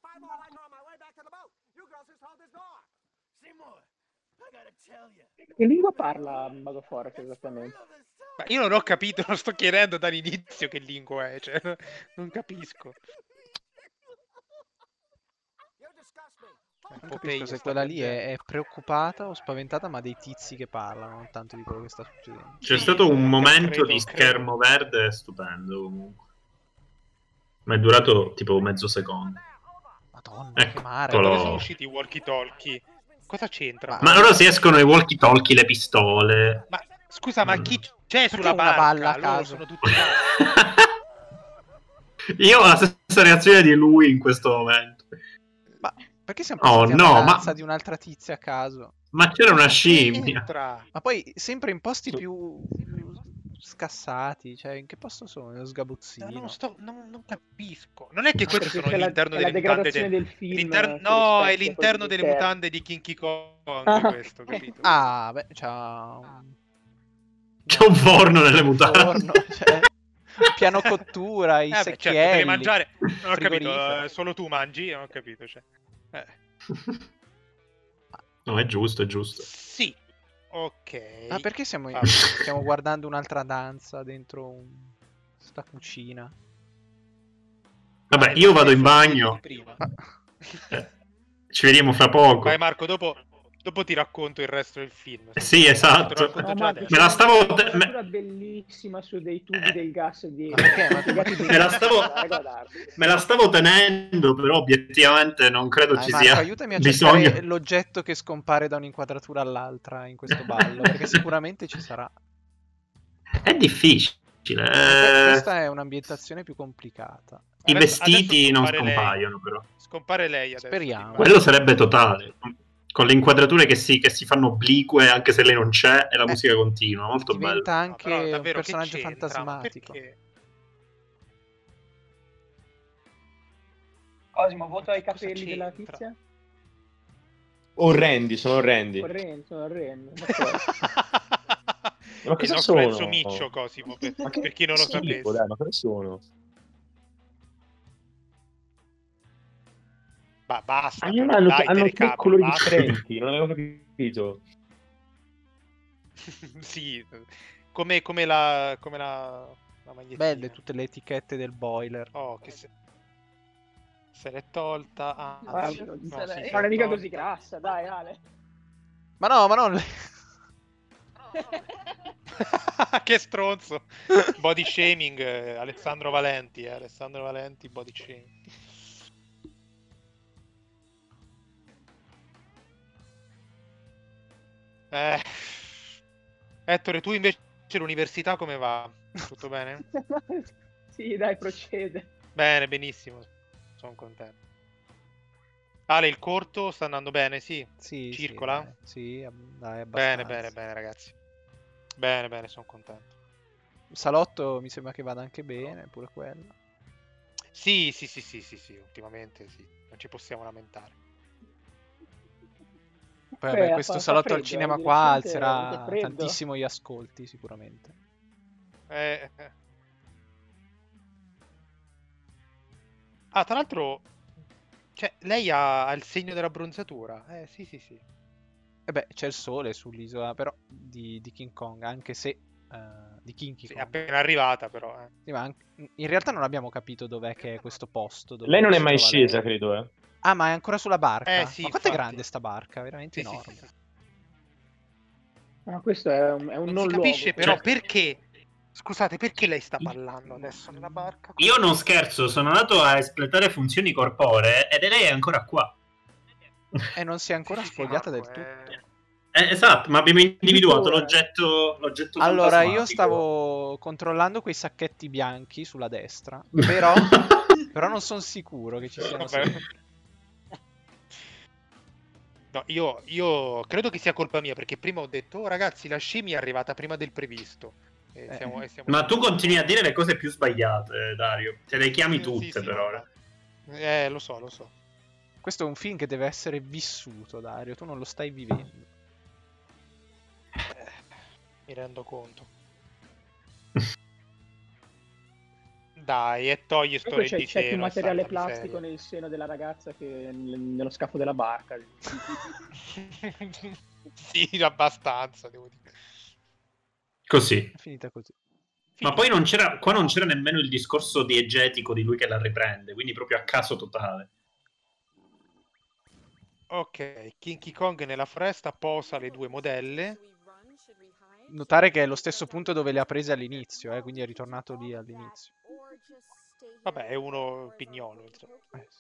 Che lingua parla Mago Forest esattamente? Ma io non ho capito, lo sto chiedendo dall'inizio che lingua è, cioè, non capisco. Non capisco se quella lì è preoccupata o spaventata, ma dei tizi che parlano, non tanto di quello che sta succedendo. C'è stato un momento credo- di schermo verde stupendo, comunque. Ma è durato tipo mezzo secondo. Madonna, Ecco, che mare. eccolo. Dove sono usciti i walkie-talkie? Cosa c'entra? Ma ora si escono i walkie-talkie, le pistole. Ma scusa, ma chi c'è Perché sulla una barca? balla a Loro caso? sono tutti là. Io ho la stessa reazione di lui in questo momento. Ma perché siamo Oh, passati no, alla ma- danza di un'altra tizia a caso? Ma c'era una Cosa scimmia. c'entra? Ma poi sempre in posti più scassati, cioè in che posto sono? Nello sgabuzzino? Non capisco. Non è che questi Perché sono c'è all'interno è la delle mutande degradazione del film. No, che è l'interno rispecchia delle quello mutande di King Kong, Ah. questo, capito? Ah, beh, c'ha un... C'è un forno nelle un mutande. forno, cioè, un piano cottura, i Beh, certo, secchielli, devi mangiare. Non ho capito, frigorifero. solo tu mangi? Non ho capito, cioè. No, è giusto, è giusto. Sì. Ok. Ma perché stiamo guardando un'altra danza dentro sta cucina? Vabbè, io vado in bagno. Prima. Ci vediamo fra poco. Vai Marco, dopo ti racconto il resto del film. Sì, esatto. Te lo racconto già adesso. Me la stavo- C'è una scena bellissima su dei tubi del gas dietro. perché? Ma Spiegati Me la stavo- guardarli. Me la stavo tenendo, però obiettivamente non credo Dai, ci Marco, sia aiutami a bisogno. cercare l'oggetto che scompare da un'inquadratura all'altra in questo ballo, perché sicuramente ci sarà. È difficile. Questa è un'ambientazione più complicata. I Adesso vestiti non scompare lei. scompaiono, però. Scompare lei adesso. Speriamo. Quello sarebbe totale. Con le inquadrature che si fanno oblique anche se lei non c'è e la musica continua. Molto bello. Diventa No, anche però un davvero, che personaggio c'entra? fantasmatico. Perché? Cosimo, voto ai Cosa capelli della c'entra? tizia? Orrendi, sono orrendi. Sono orrendi. Ma Il cosa nostro sono? Enzo Miccio, Cosimo, per chi non lo schifo, sapesse. dai, ma cosa sono? Ma basta, Hanno, però, dai, hanno tre telecamere, colori basta. differenti, non avevo capito. Sì, come la magliettina. Belle tutte le etichette del boiler. Oh, che se l'è tolta. Ah, Sì, non no, se l'è- sì, non è mica tolta. così grassa, dai Ale. Ma no, ma non... Che stronzo. Body shaming, Alessandro Valenti, body shaming. Ettore, tu invece l'università come va? Tutto bene? Sì, dai, procede. Bene, benissimo. Sono contento. Ale, il corto sta andando bene, sì? Sì, Circola? Sì, dai, abbastanza. Bene, ragazzi. Bene, sono contento. Salotto mi sembra che vada anche bene, pure quello. Sì, ultimamente sì. Non ci possiamo lamentare. Poi vabbè, questo salotto al cinema qua alzerà tantissimo gli ascolti, sicuramente. Ah, tra l'altro, cioè, lei ha il segno della bronzatura. Sì. E beh, c'è il sole sull'isola, però, di King Kong, anche se... di King Kong. È appena arrivata, però. Sì, ma in realtà non abbiamo capito dov'è che è questo posto. Dove lei non è mai scesa, credo, Ah, ma è ancora sulla barca? Sì, ma quanto è grande sta barca? Veramente enorme. Sì. Ma questo è un non si capisce luogo. Però perché... Scusate, perché lei sta ballando adesso nella barca? Io non scherzo, sono andato a espletare funzioni corporee ed lei è ancora qua. E non si è ancora spogliata del tutto. Esatto, ma abbiamo individuato l'oggetto allora, io stavo controllando quei sacchetti bianchi sulla destra, però non sono sicuro che ci siano. No, io credo che sia colpa mia, perché prima ho detto, oh ragazzi, la scimmia è arrivata prima del previsto. Ma tu continui a dire le cose più sbagliate, Dario. Te le chiami tutte per ora. Lo so. Questo è un film che deve essere vissuto, Dario. Tu non lo stai vivendo. Mi rendo conto. Dai, e togli sto reggiseno. C'è più materiale plastico nel seno della ragazza che nello scafo della barca. Sì, abbastanza, devo dire. Così. È finita così. Ma poi qua non c'era nemmeno il discorso diegetico di lui che la riprende, quindi proprio a caso totale. Ok, King Kong nella foresta posa le due modelle. Notare che è lo stesso punto dove le ha prese all'inizio, quindi è ritornato lì all'inizio. Vabbè, è uno pignolo, insomma.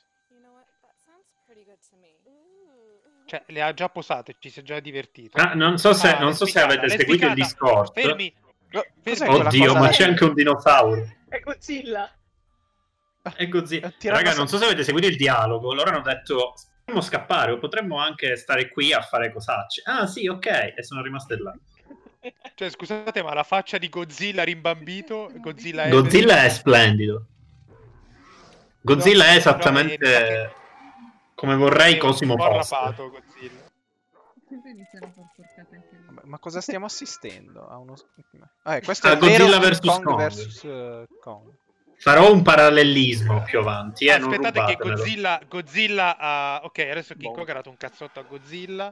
Cioè, le ha già posate, ci si è già divertito. Non so se avete seguito il discorso. Fermi. Oddio, ma c'è anche un dinosauro. È Godzilla. Raga, non so se avete seguito il dialogo. Loro hanno detto, potremmo scappare o potremmo anche stare qui a fare cosacce. Ah sì, ok. E sono rimaste là. Cioè, scusate, ma la faccia di Godzilla rimbambito, Godzilla è splendido. Godzilla è esattamente come vorrei Cosimo fosse. Godzilla. Ma cosa stiamo assistendo? A uno... questo è Godzilla vero Kong versus Kong. Farò un parallelismo più avanti. Aspettate che Godzilla ha... Ok, adesso King Kong ha dato un cazzotto a Godzilla.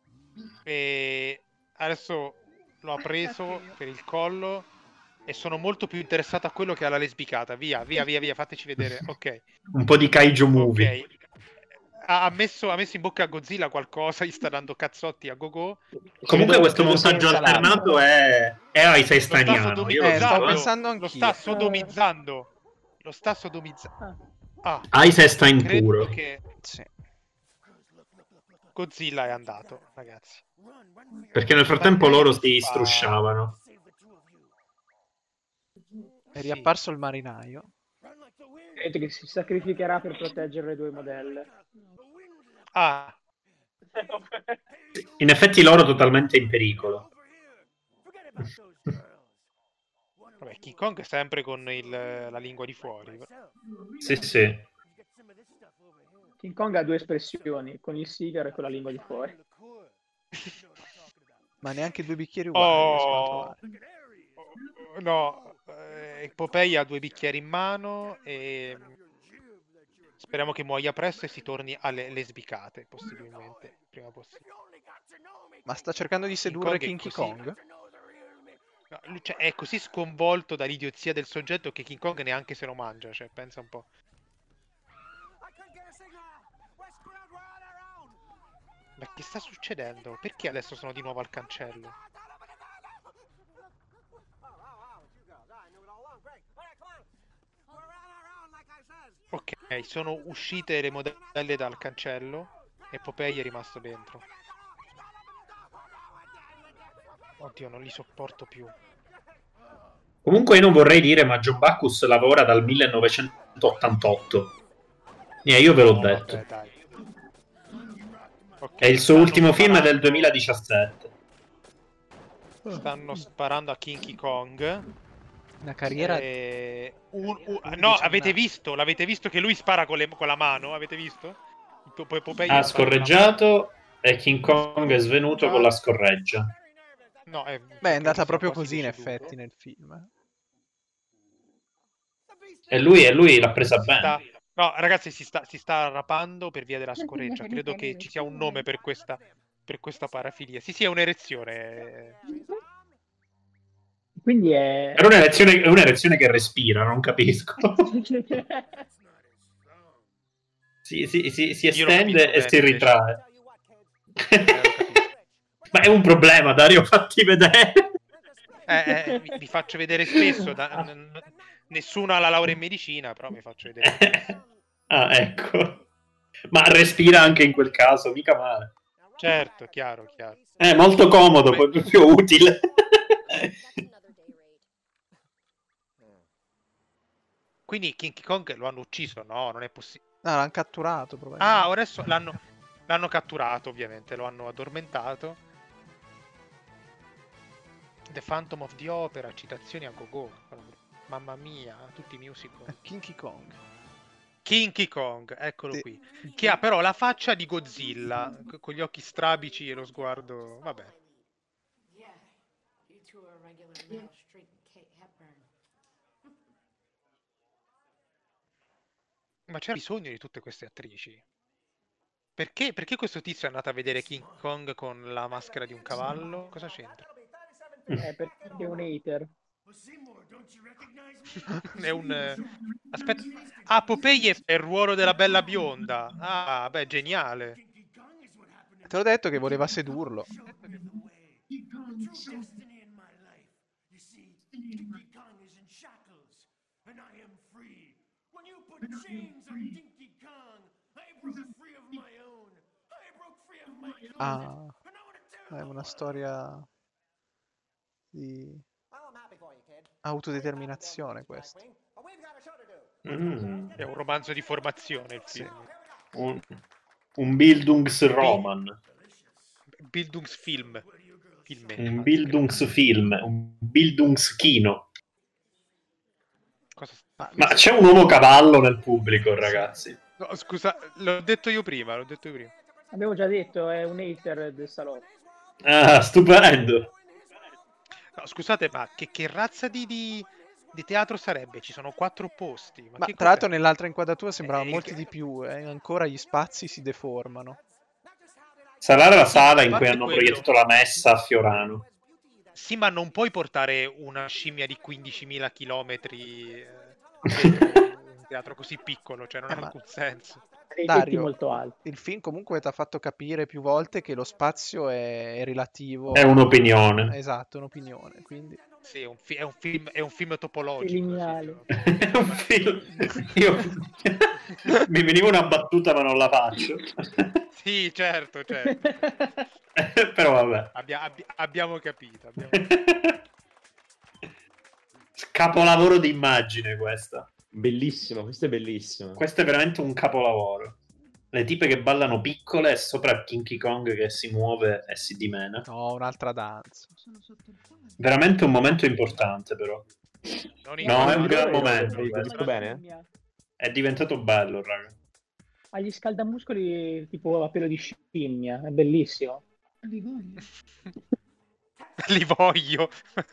E adesso lo ha preso per il collo. E sono molto più interessato a quello che alla lesbicata. Via, fateci vedere. Ok. Un po' di kaiju movie. Ok. Ha messo in bocca a Godzilla qualcosa, gli sta dando cazzotti a go-go. Comunque questo montaggio alternato è Ice Staniano. Stavo pensando anch'io. Lo sta sodomizzando. Ice puro. Sì. Godzilla è andato, ragazzi. Perché nel frattempo loro si strusciavano. È riapparso il marinaio. Credo che si sacrificherà per proteggere le due modelle. In effetti loro totalmente in pericolo. Vabbè, King Kong è sempre con la lingua di fuori. Sì. King Kong ha due espressioni, con il sigaro e con la lingua di fuori. Ma neanche due bicchieri uguali. No, Popeye ha 2 bicchieri in mano e speriamo che muoia presto e si torni alle lesbicate, possibilmente, prima possibile. Ma sta cercando di sedurre King Kong? No, lui, cioè, è così sconvolto dall'idiozia del soggetto che King Kong neanche se lo mangia, cioè, pensa un po'. Ma che sta succedendo? Perché adesso sono di nuovo al cancello? Ok, sono uscite le modelle dal cancello e Popeye è rimasto dentro. Oddio, non li sopporto più. Comunque io non vorrei dire, ma John Bacchus lavora dal 1988. Io ve l'ho detto. Vabbè, dai. Okay, è il suo ultimo film del 2017. Stanno sparando a Kinky Kong. Una carriera... No, avete visto? L'avete visto che lui spara con la mano? Avete visto? Ha scorreggiato e King Kong è svenuto con la scorreggia. No, Beh, è andata proprio così in effetti nel film. E lui l'ha presa bene. No, ragazzi, si sta arrapando per via della scorreggia. Credo che ci sia un nome per questa parafilia. Sì, è un'erezione. Quindi è un'erezione che respira, non capisco. si estende e si ritrae. Ma è un problema, Dario, fatti vedere. Vi faccio vedere spesso. Nessuno ha la laurea in medicina, però mi faccio vedere. Ah, ecco. Ma respira anche in quel caso, mica male. Certo, chiaro. È molto comodo, proprio utile. Quindi King Kong lo hanno ucciso? No, non è possibile. No, l'hanno catturato probabilmente. Ah, adesso l'hanno catturato, ovviamente, lo hanno addormentato. The Phantom of the Opera, citazioni a go-go. Mamma mia, tutti i musical. Kinky Kong, eccolo qui. Che ha però la faccia di Godzilla, con gli occhi strabici e lo sguardo... Vabbè. Ma c'era bisogno di tutte queste attrici? Perché questo tizio è andato a vedere King Kong con la maschera di un cavallo? Cosa c'entra? Perché è un hater. È un... Aspetta. Ah, Popeye è il ruolo della bella bionda. Ah, beh, geniale. Te l'ho detto che voleva sedurlo. Ah, è una storia di autodeterminazione questa. È un romanzo di formazione il film. Un Bildungsroman. Bildungsfilm. Un Bildungsfilm, un Bildungskino. Ma c'è un uomo cavallo nel pubblico, ragazzi. No, scusa, l'ho detto io prima. Abbiamo già detto, è un hater del salotto. Ah, stupendo. No, scusate, ma che razza di teatro sarebbe? Ci sono 4 posti. Ma tra l'altro nell'altra inquadratura sembrava molti di più, e ancora gli spazi si deformano. Sarà la sala in cui hanno proiettato la messa a Fiorano. Sì, ma non puoi portare una scimmia di 15.000 chilometri dentro un teatro così piccolo, cioè non ha alcun senso. Dario, molto alti. Il film comunque ti ha fatto capire più volte che lo spazio è relativo. È un'opinione. Esatto, un'opinione. Quindi... Sì, è un film topologico. È un film... Mi veniva una battuta ma non la faccio. Sì, certo. Però vabbè. Abbiamo capito. Capolavoro di immagine questa. Bellissimo, questo è bellissimo. Questo è veramente un capolavoro. Le tipe che ballano piccole e sopra Kinky Kong che si muove e si dimena. No, un'altra danza. Veramente un momento importante, però. No, è un gran momento. Hai visto bene? È diventato bello, raga. Ha gli scaldamuscoli tipo a pelo di scimmia, è bellissimo. Li voglio.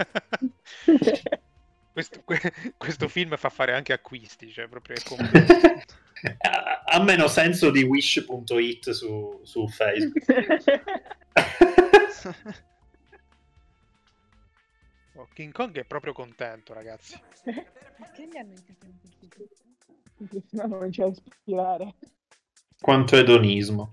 Questo film fa fare anche acquisti, cioè proprio è completo. Ha meno senso di wish.it su Facebook. King Kong è proprio contento, ragazzi. Perché mi hanno interrotto? Perché sennò non c'è da ispirare. Quanto edonismo.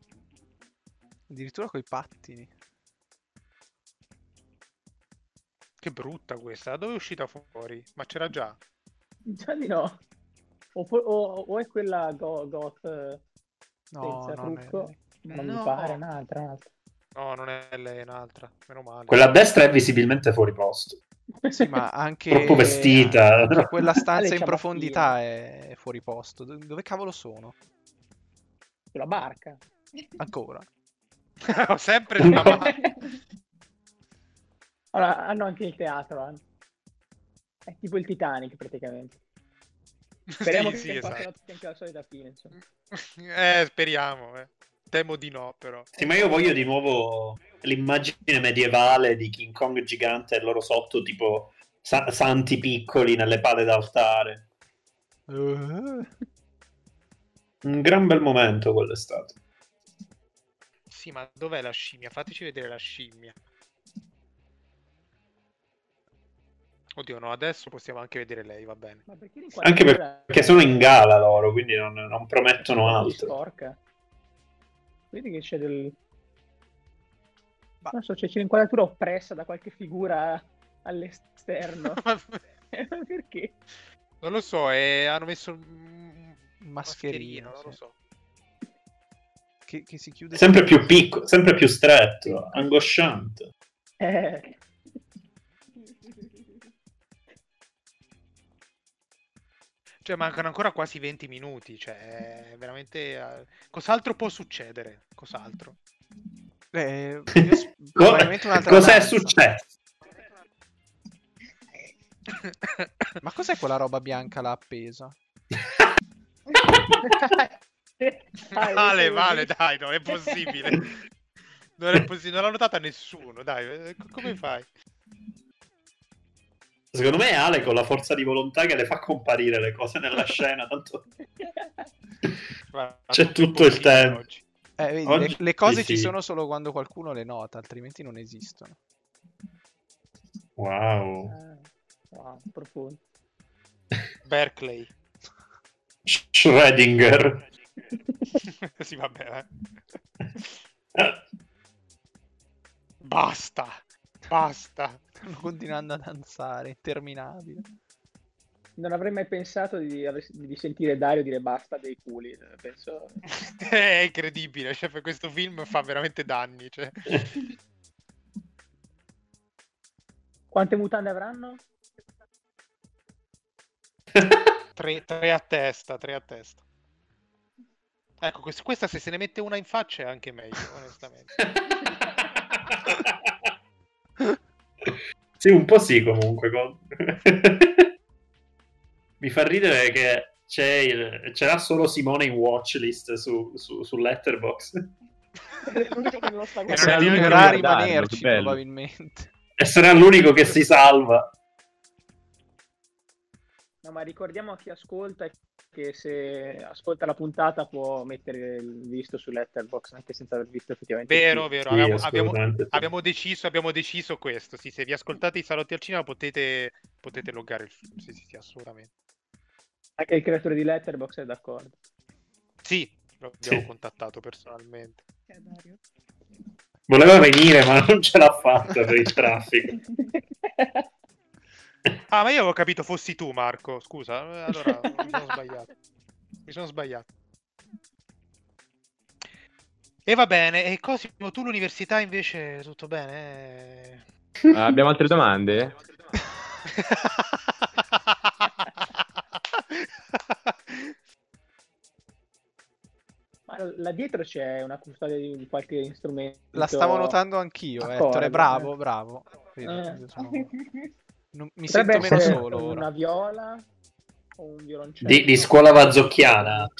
Addirittura coi pattini. Che brutta questa. Da dove è uscita fuori? Ma c'era già? Già di no. O è quella goth No, senza non è trucco, lei. ma non mi No. pare, un'altra. No, non è lei, è un'altra. Meno male. Quella a destra è visibilmente fuori posto. Sì, ma anche, Troppo vestita. anche quella stanza Le in ciabattine. profondità è fuori posto. Dove cavolo sono? Sulla barca. Ancora? Ho sempre sulla mano. Allora, hanno anche il teatro. È tipo il Titanic, praticamente. Speriamo Sì, che esatto. facciano tutti anche la solita fine, insomma. Speriamo. Temo di no, però. Sì, ma io voglio di nuovo l'immagine medievale di King Kong gigante e loro sotto tipo santi piccoli nelle pale d'altare. Un gran bel momento quello è stato. Sì, ma dov'è la scimmia? Fateci vedere la scimmia. Oddio, no, adesso possiamo anche vedere lei, va bene. Ma perché Anche perché sono in gala loro, quindi non promettono altro. Sporca. Vedi che c'è del... Non so, c'è l'inquadratura oppressa da qualche figura all'esterno. Perché? Non lo so, hanno messo un Mascherino, non lo sì. so. Che si chiude Sempre più piccolo, sempre più stretto, angosciante. Cioè, mancano ancora quasi 20 minuti, cioè, veramente... Cos'altro può succedere? Cos'altro? Probabilmente un'altra Cos'è danza. successo? Ma cos'è quella roba bianca là appesa? Vale, dai, non è possibile. Non è possibile, non l'ha notata nessuno, dai, come fai? Secondo me è Ale con la forza di volontà che le fa comparire le cose nella scena, tanto c'è tutto il tempo. Oggi. Vedi, Oggi le cose sì. ci sono solo quando qualcuno le nota, altrimenti non esistono. Wow. Wow, profondo. Berkeley. Schrödinger. Sì, vabbè. Basta. Stanno continuando a danzare, interminabile. Non avrei mai pensato di sentire Dario dire basta dei culi. Penso... È incredibile, cioè, questo film fa veramente danni. Cioè. Quante mutande avranno? 3 a testa. Ecco, questa se se ne mette una in faccia è anche meglio, onestamente. Sì, un po' sì comunque. Mi fa ridere che c'era solo Simone in watchlist su Letterboxd. Sarà a rimanerci probabilmente. E sarà l'unico che si salva. No, ma ricordiamo a chi ascolta che se ascolta la puntata può mettere il visto su Letterboxd anche senza aver visto effettivamente. Vero. Sì, abbiamo deciso questo. Sì, se vi ascoltate i Salotti al Cinema potete loggare il film. Sì, assolutamente. Anche il creatore di Letterboxd è d'accordo. Sì, lo abbiamo contattato personalmente. Voleva venire, ma non ce l'ha fatta per il traffico. Ah, ma io avevo capito fossi tu, Marco. Scusa, allora mi sono sbagliato. E va bene, e Cosimo, tu l'università invece tutto bene? Abbiamo altre domande? Ma là dietro c'è una custodia di qualche strumento. La stavo notando anch'io, Ettore, bravo. Mi sento meno solo ora. Una viola o un violoncello? Di scuola vazocchiana.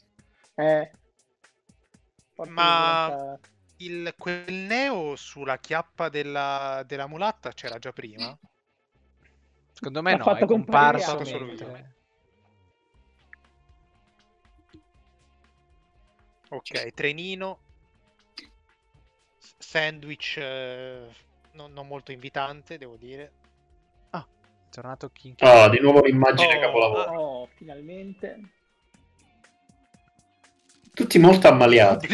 Ma quel neo sulla chiappa della mulatta c'era già prima? Secondo me no, è comparso solo io. Ok, trenino, sandwich non molto invitante, devo dire. Ah, è tornato King. Di nuovo l'immagine capolavoro. Oh, finalmente. Tutti molto ammaliati.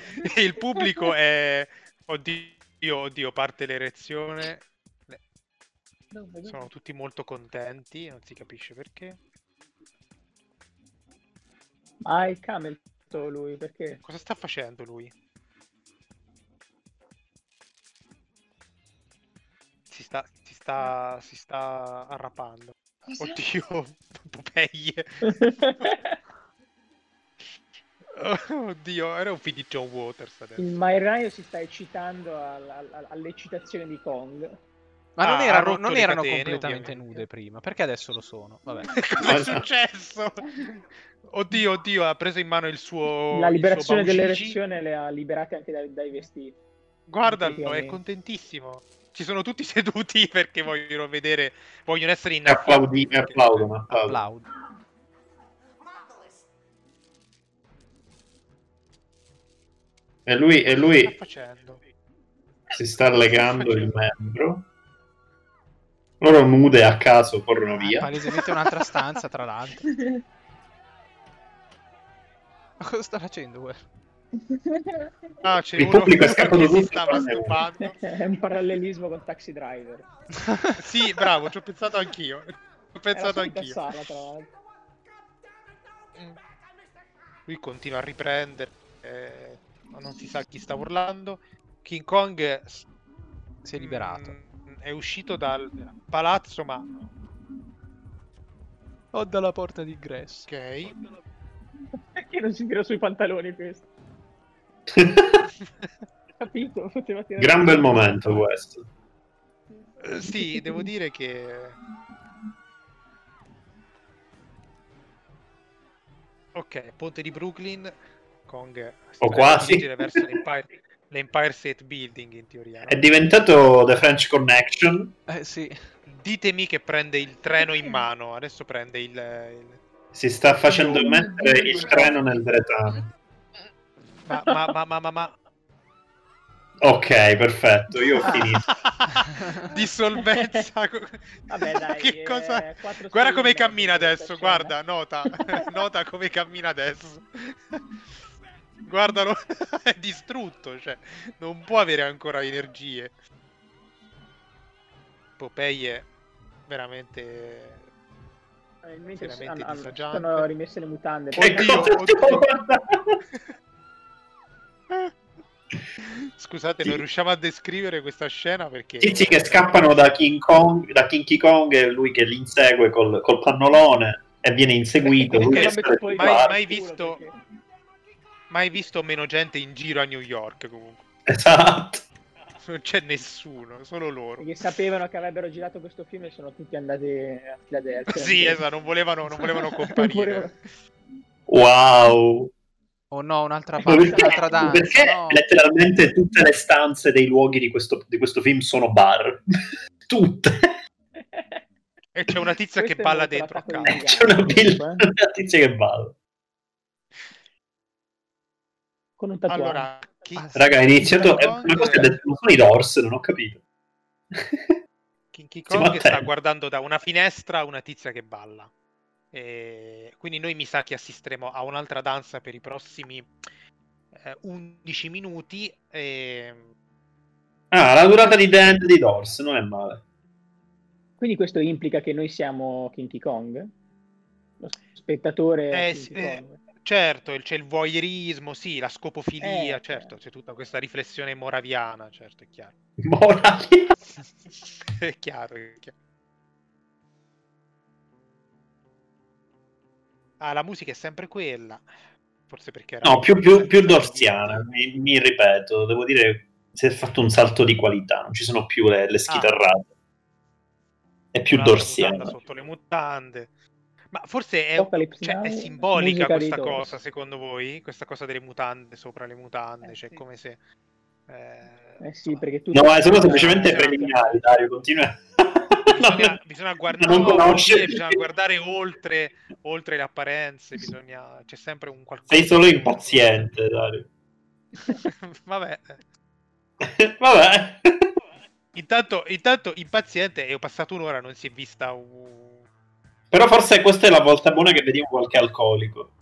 Il pubblico è... Oddio, parte l'erezione. Sono tutti molto contenti, non si capisce perché. Ah, il camel lui, perché? Cosa sta facendo lui? Si sta arrapando. Cosa? Oddio, Popeye. Oddio, era un film di John Waters adesso. Il marinaio si sta eccitando all'eccitazione di Kong. Ma non ha erano, rotto non le erano catene, completamente ovviamente. nude prima, perché adesso lo sono? Vabbè. Cosa è successo? Oddio, ha preso in mano il suo La liberazione il suo dell'erezione le ha liberate anche dai vestiti. Guardalo, è Effettivamente. contentissimo. Ci sono tutti seduti perché vogliono essere innaffiati. Applaudono. Applaudo. E lui Cosa sta facendo? si sta legando il membro. Loro nude a caso corrono via. Palesemente un'altra stanza, tra l'altro. Ma cosa sta facendo quello? Ah, c'è Il uno pubblico è scappato che si tutti, sta tranne uno. masturbando. È un parallelismo con Taxi Driver. Sì, bravo, ci ho pensato anch'io. Ho pensato È la solita anch'io. sala, tra l'altro. Lui continua a riprendere, ma non si sa chi sta urlando. King Kong Si è liberato. È uscito dal palazzo, ma O dalla porta d'ingresso. ok. Perché non si tira sui pantaloni questo? Capito? Poteva tirare Gran sui bel pantaloni. momento questo. Sì, devo dire che ok, ponte di Brooklyn. Kong si O dovrebbe quasi. dirigere verso l'Empire State Building in teoria, no? È diventato The French Connection. Sì. Ditemi che prende il treno in mano. Adesso prende il... Si sta facendo mettere il treno nel Bretano. Ma... Ok, perfetto, io ho finito. Dissolvenza. Vabbè, dai, Che cosa... 4 Guarda come stelle cammina in questa adesso, scena. guarda, nota come cammina adesso. Guardalo, è distrutto, cioè, non può avere ancora energie. Popeye veramente Mentre veramente sono disagiante. rimesse le mutande. Che Oddio, cosa stiamo guardando? Scusate, non riusciamo a descrivere questa scena perché Tizi che scappano da King Kong, da King Kong, e lui che li insegue col pannolone e viene inseguito. Lui Ok, che sta nel bar. mai visto meno gente in giro a New York comunque. Esatto. Non c'è nessuno, solo loro. Perché sapevano che avrebbero girato questo film e sono tutti andati a Philadelphia. Sì, esatto, non volevano comparire. Wow. Oh no, un'altra Ma parte, perché, un'altra danza. perché No. letteralmente tutte le stanze dei luoghi di questo film sono bar? Tutte. E c'è una tizia che Questo è balla molto dentro a l'attacco casa. dei C'è una giganti, tizia che balla. con un tatuaggio. Allora, Raga, è iniziato. King Una cosa che ha Kong, detto, non sono i Doors, non ho capito. King Siamo Kong sta attenti. guardando da una finestra una tizia che balla. E quindi noi mi sa che assisteremo a un'altra danza per i prossimi 11 minuti. Ah, la durata di The End di Doors, non è male. Quindi questo implica che noi siamo King Kong? Lo spettatore è King Kong? Certo, c'è il voyeurismo, sì, la scopofilia, certo, certo. c'è tutta questa riflessione moraviana, certo, è chiaro. Moraviana. È chiaro, è chiaro. Ah, la musica è sempre quella. Forse perché era... No, più dorsiana, mi ripeto, devo dire, si è fatto un salto di qualità, non ci sono più le schitarrate. È più dorsiana. Sotto le mutande. Ma forse è simbolica questa cosa, secondo voi? Questa cosa delle mutande sopra le mutande, cioè sì. Come se... sì, perché tu... No, sono semplicemente preliminari, Dario, continua. Bisogna guardare oltre le apparenze, c'è sempre un qualcosa. Sei solo impaziente, Dario. Vabbè. Vabbè. Intanto impaziente, e ho passato un'ora, non si è vista Però forse questa è la volta buona che vediamo qualche alcolico.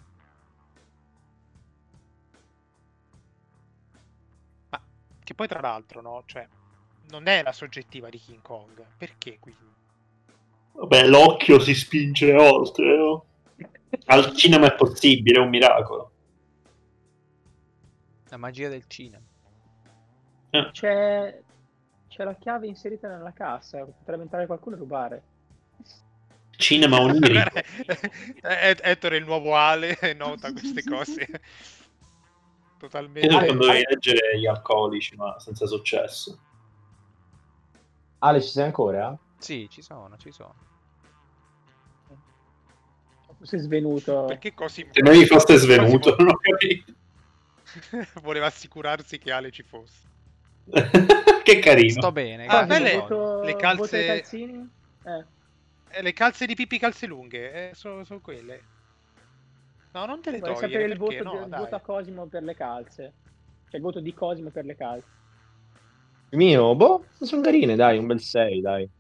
Ma che poi tra l'altro, no? Cioè, non è la soggettiva di King Kong. Perché quindi? Vabbè, l'occhio si spinge oltre, no? Al cinema è possibile, è un miracolo. La magia del cinema. C'è la chiave inserita nella cassa, potrebbe entrare qualcuno e rubare. Cinema onirico. Ettore è il nuovo Ale, nota queste cose. Totalmente. Io quando dovevi leggere gli alcolici, ma senza successo. Ale, ci sei ancora? Sì, ci sono. Sei svenuto. Perché Cosimo... Se non gli fosse svenuto, non ho capito. Voleva assicurarsi che Ale ci fosse. Che carino. Sto bene. Le calze... calzini? Le calze di Pippi calze lunghe, sono quelle. No, non te le Vorrei togliere, sapere il perché? voto, il voto a Cosimo per le calze. Cioè il voto di Cosimo per le calze. Il mio? Boh, sono carine, dai, un bel 6, dai.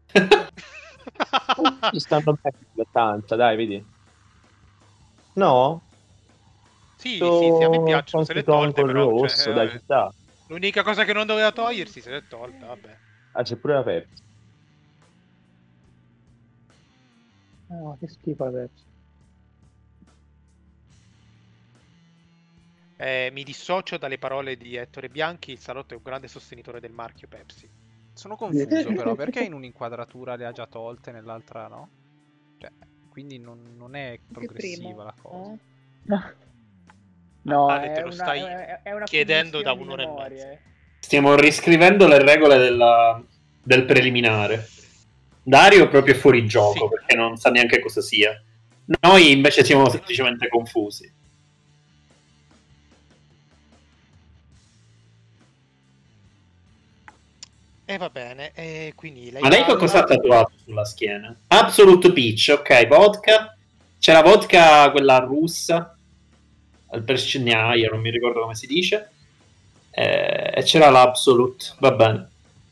Ci stanno bene l'80, dai, vedi. No? Sì, a me piacciono, se le tolte col però. rosso, dai, ci sta. L'unica cosa che non doveva togliersi se l'è tolta, vabbè. Ah, c'è pure la Pepsi. No, che schifo la Pepsi. Mi dissocio dalle parole di Ettore Bianchi, il salotto è un grande sostenitore del marchio Pepsi. Sono confuso però, perché in un'inquadratura le ha già tolte, nell'altra no? Cioè, quindi non è progressiva la cosa. No, Ale, te lo stai chiedendo da un'ora e mezza. Stiamo riscrivendo le regole del preliminare. Dario proprio è fuori gioco, sì, perché non sa neanche cosa sia. Noi invece siamo semplicemente confusi. E va bene, quindi ma lei cosa ha tatuato sulla schiena? Absolute Peach, ok, vodka. C'è la vodka, quella russa, al perscennaio, non mi ricordo come si dice. E c'era l'Absolute, va bene.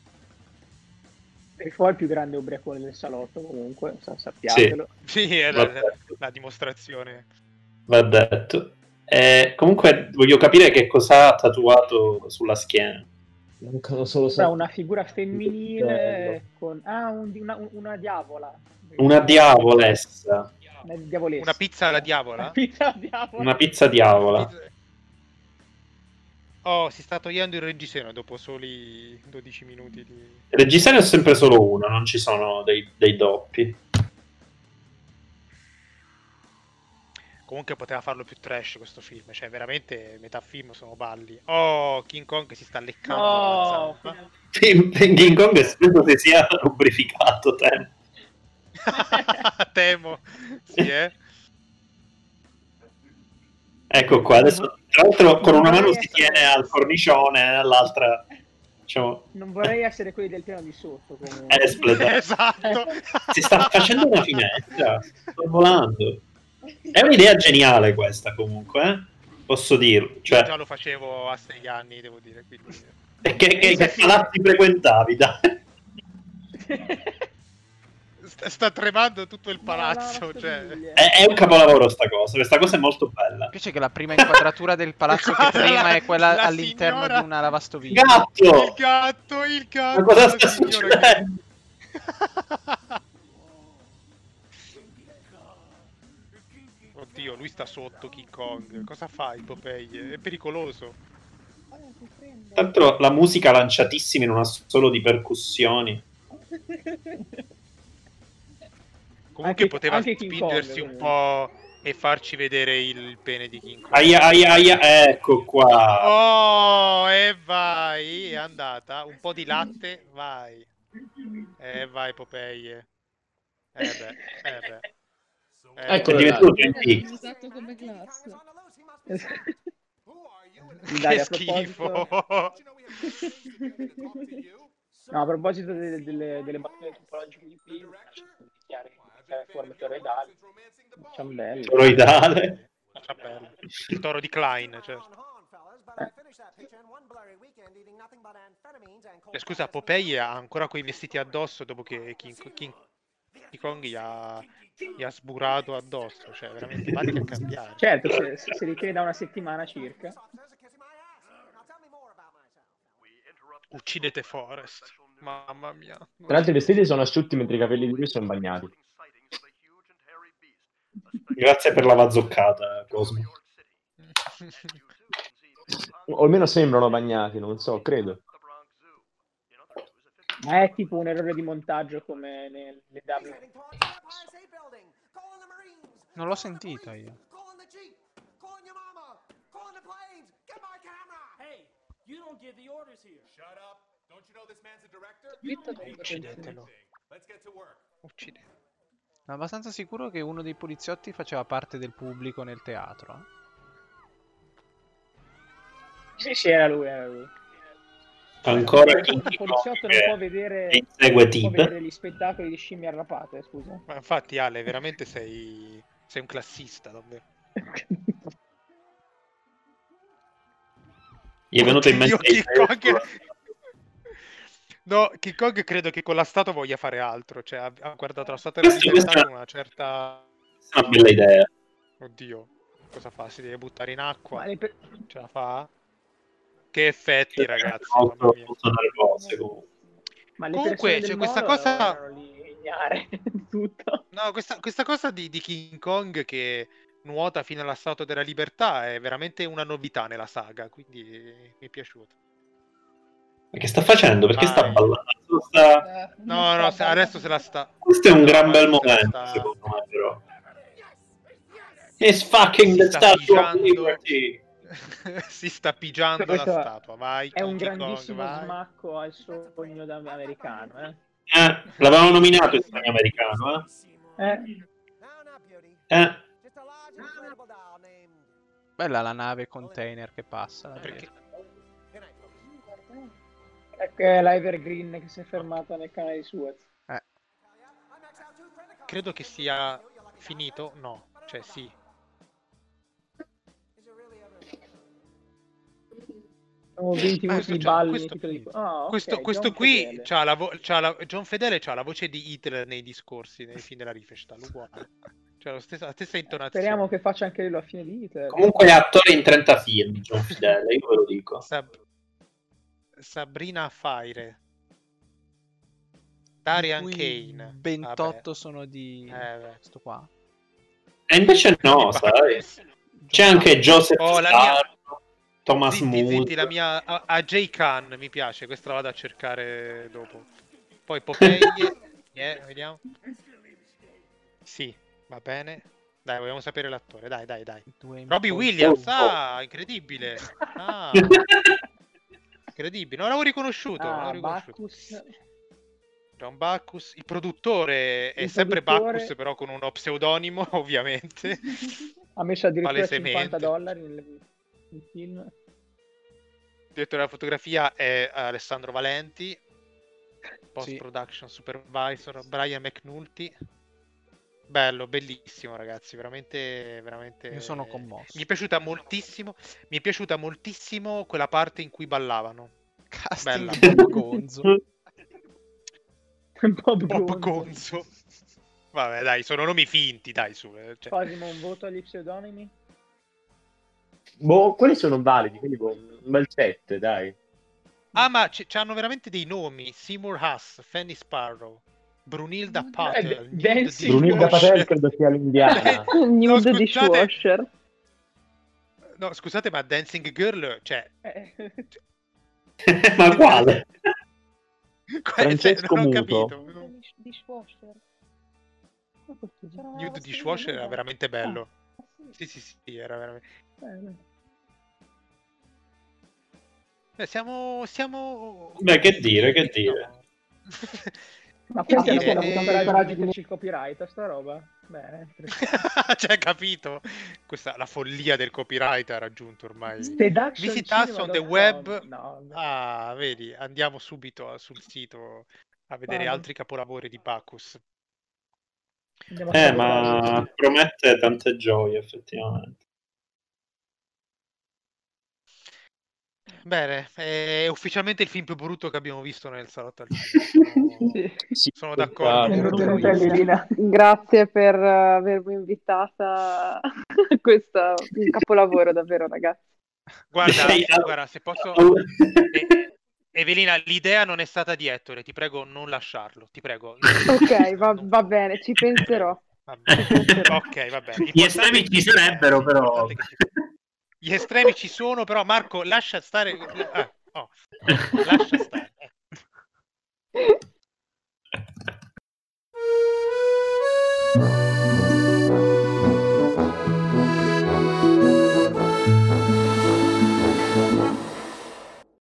E poi il più grande ubriacone del salotto, comunque, sappiatelo. Sì, è la dimostrazione. Va detto. Comunque voglio capire che cosa ha tatuato sulla schiena. Una figura femminile con una diavola. Una diavolessa. Una pizza alla diavola? Una pizza diavola. Oh, si sta togliendo il reggiseno dopo soli 12 minuti di... Il reggiseno è sempre solo uno, non ci sono dei doppi. Comunque poteva farlo più trash questo film, cioè veramente metà film sono balli. Oh, King Kong si sta leccando la zampa. King Kong spero che sia lubrificato, temo. Sì, Ecco qua, adesso tra l'altro con una mano si tiene al cornicione, all'altra diciamo... Non vorrei essere quelli del piano di sotto comunque. Espleta. Esatto. Si sta facendo una finestra, sto volando. È un'idea geniale questa comunque, posso dirlo. Cioè... Io già lo facevo a 6 anni, devo dire. Quindi... Che palazzi frequentavi, dai? Sta tremando tutto il palazzo. Cioè... È un capolavoro sta cosa. Questa cosa è molto bella. Mi piace che la prima inquadratura del palazzo che prima è quella all'interno signora... di una lavastoviglie. Gatto! Il gatto! Ma cosa sta succedendo? Oddio, lui sta sotto King Kong. Cosa fa il Popeye? È pericoloso. Tra l'altro la musica lanciatissima in un assolo di percussioni. Comunque poteva spingersi un po' e farci vedere il pene di King Kong. Aia, ecco qua. Oh, e vai, è andata. Un po' di latte, vai. Vai Popeye. Beh. Ecco, è diventato usato come classe. Che schifo. No, a proposito delle battute topologiche di film, forme toroidali. Ciambello. Toroidale. Il toro di Klein, certo. Scusa, Popeye ha ancora quei vestiti addosso dopo che King Kong gli ha sburato addosso, cioè veramente vale a cambiare. Certo, se li tiene da una settimana circa. Uccidete Forrest. Mamma mia. Tra l'altro i vestiti sono asciutti mentre i capelli di lui sono bagnati. Grazie per la vazzoccata, Cosmo. O almeno sembrano bagnati, non so, credo. Ma è tipo un errore di montaggio come nelle W. Non l'ho sentita io. Uccidetelo. Uccidetelo. Sono abbastanza sicuro che uno dei poliziotti faceva parte del pubblico nel teatro. Sì, era lui. Ancora Un poliziotto non può vedere, gli spettacoli di scimmie arrapate, scusa. Ma infatti, Ale, veramente sei un classista, davvero. Gli è venuto in mente King Kong. No, King Kong credo che con la statua voglia fare altro. Cioè, ha guardato la statua della libertà con una certa... È una bella idea. Oddio, cosa fa? Si deve buttare in acqua? Ce la fa? Che effetti, ragazzi. Molto nervose, comunque. Ma le Comunque, c'è questa cosa... tutto. No, questa cosa di King Kong che nuota fino alla Statua della Libertà è veramente una novità nella saga, quindi mi è piaciuto. Ma che sta facendo? Perché sta ballando? No, adesso se la sta... Questo è un gran bel momento, secondo me, però. He's fucking the Statue of Liberty! Si sta pigiando la statua, vai. È un grandissimo smacco al sogno da americano, l'avevano nominato il sogno americano, Bella la nave container che passa. Perché? È l'Evergreen che si è fermata nel canale di Suez. Credo che sia finito, no, cioè sì. Sono 20 minuti di balli. Questo qui John Fedele c'ha la voce di Hitler nei discorsi, nei film della Riefenstahl, uguale. Cioè la stessa intonazione. Speriamo che faccia anche lui la fine di Hitler. Comunque è attore in 30 film, John Fedele, io ve lo dico. Sabrina Faire, Darian Kane, 28 sono di questo qua. E invece no, sai. C'è anche Joseph Star, Thomas Moore. La mia a Jay Khan mi piace, questa la vado a cercare dopo. Poi Popeye, vediamo. Sì, va bene. Dai, vogliamo sapere l'attore. Dai. Robbie Williams, incredibile. Incredibile, non l'avevo riconosciuto. John Bacchus, il produttore è sempre Bacchus, però con uno pseudonimo, ovviamente. Ha messo addirittura $50 nel film. Il direttore della fotografia è Alessandro Valenti, post production supervisor Brian McNulty. Bello, bellissimo, ragazzi, veramente. Io sono commosso. Mi è piaciuta moltissimo quella parte in cui ballavano. Casting bella. Gonzo. Bob Gonzo. Vabbè, dai, sono nomi finti, dai, su. Cosimo, un voto agli pseudonimi? Quelli sono validi, quindi un bel 7, dai. Ma c'hanno veramente dei nomi. Seymour Huss, Fanny Sparrow, Brunilda Patel. Brunilda Patel credo sia l'indiana. Nude Dishwasher. No, scusate, ma Dancing Girl, cioè... Ma quale? Francesco non ho Muto. capito. Dishwasher. Nude Dishwasher era veramente bello. Sì, era veramente... Siamo... Beh, che dire. Ma questa è una puntata di metterci il copyright a sta roba? Bene. Cioè, capito? La follia del copyright ha raggiunto ormai. Visit us on the web. No. Vedi, andiamo subito sul sito a vedere altri capolavori di Bacchus. Ma promette tante gioie, effettivamente. Bene, è ufficialmente il film più brutto che abbiamo visto nel salotto al cinema. Sono d'accordo. Grazie per avermi invitata a questo capolavoro, davvero, ragazzi. Guarda, se posso... Evelina, l'idea non è stata di Ettore, ti prego non lasciarlo, ti prego. Ok, va bene, ci penserò. Ok, va bene. Gli estremi ci sarebbero, però. Gli estremi ci sono, però Marco, lascia stare. Lascia stare.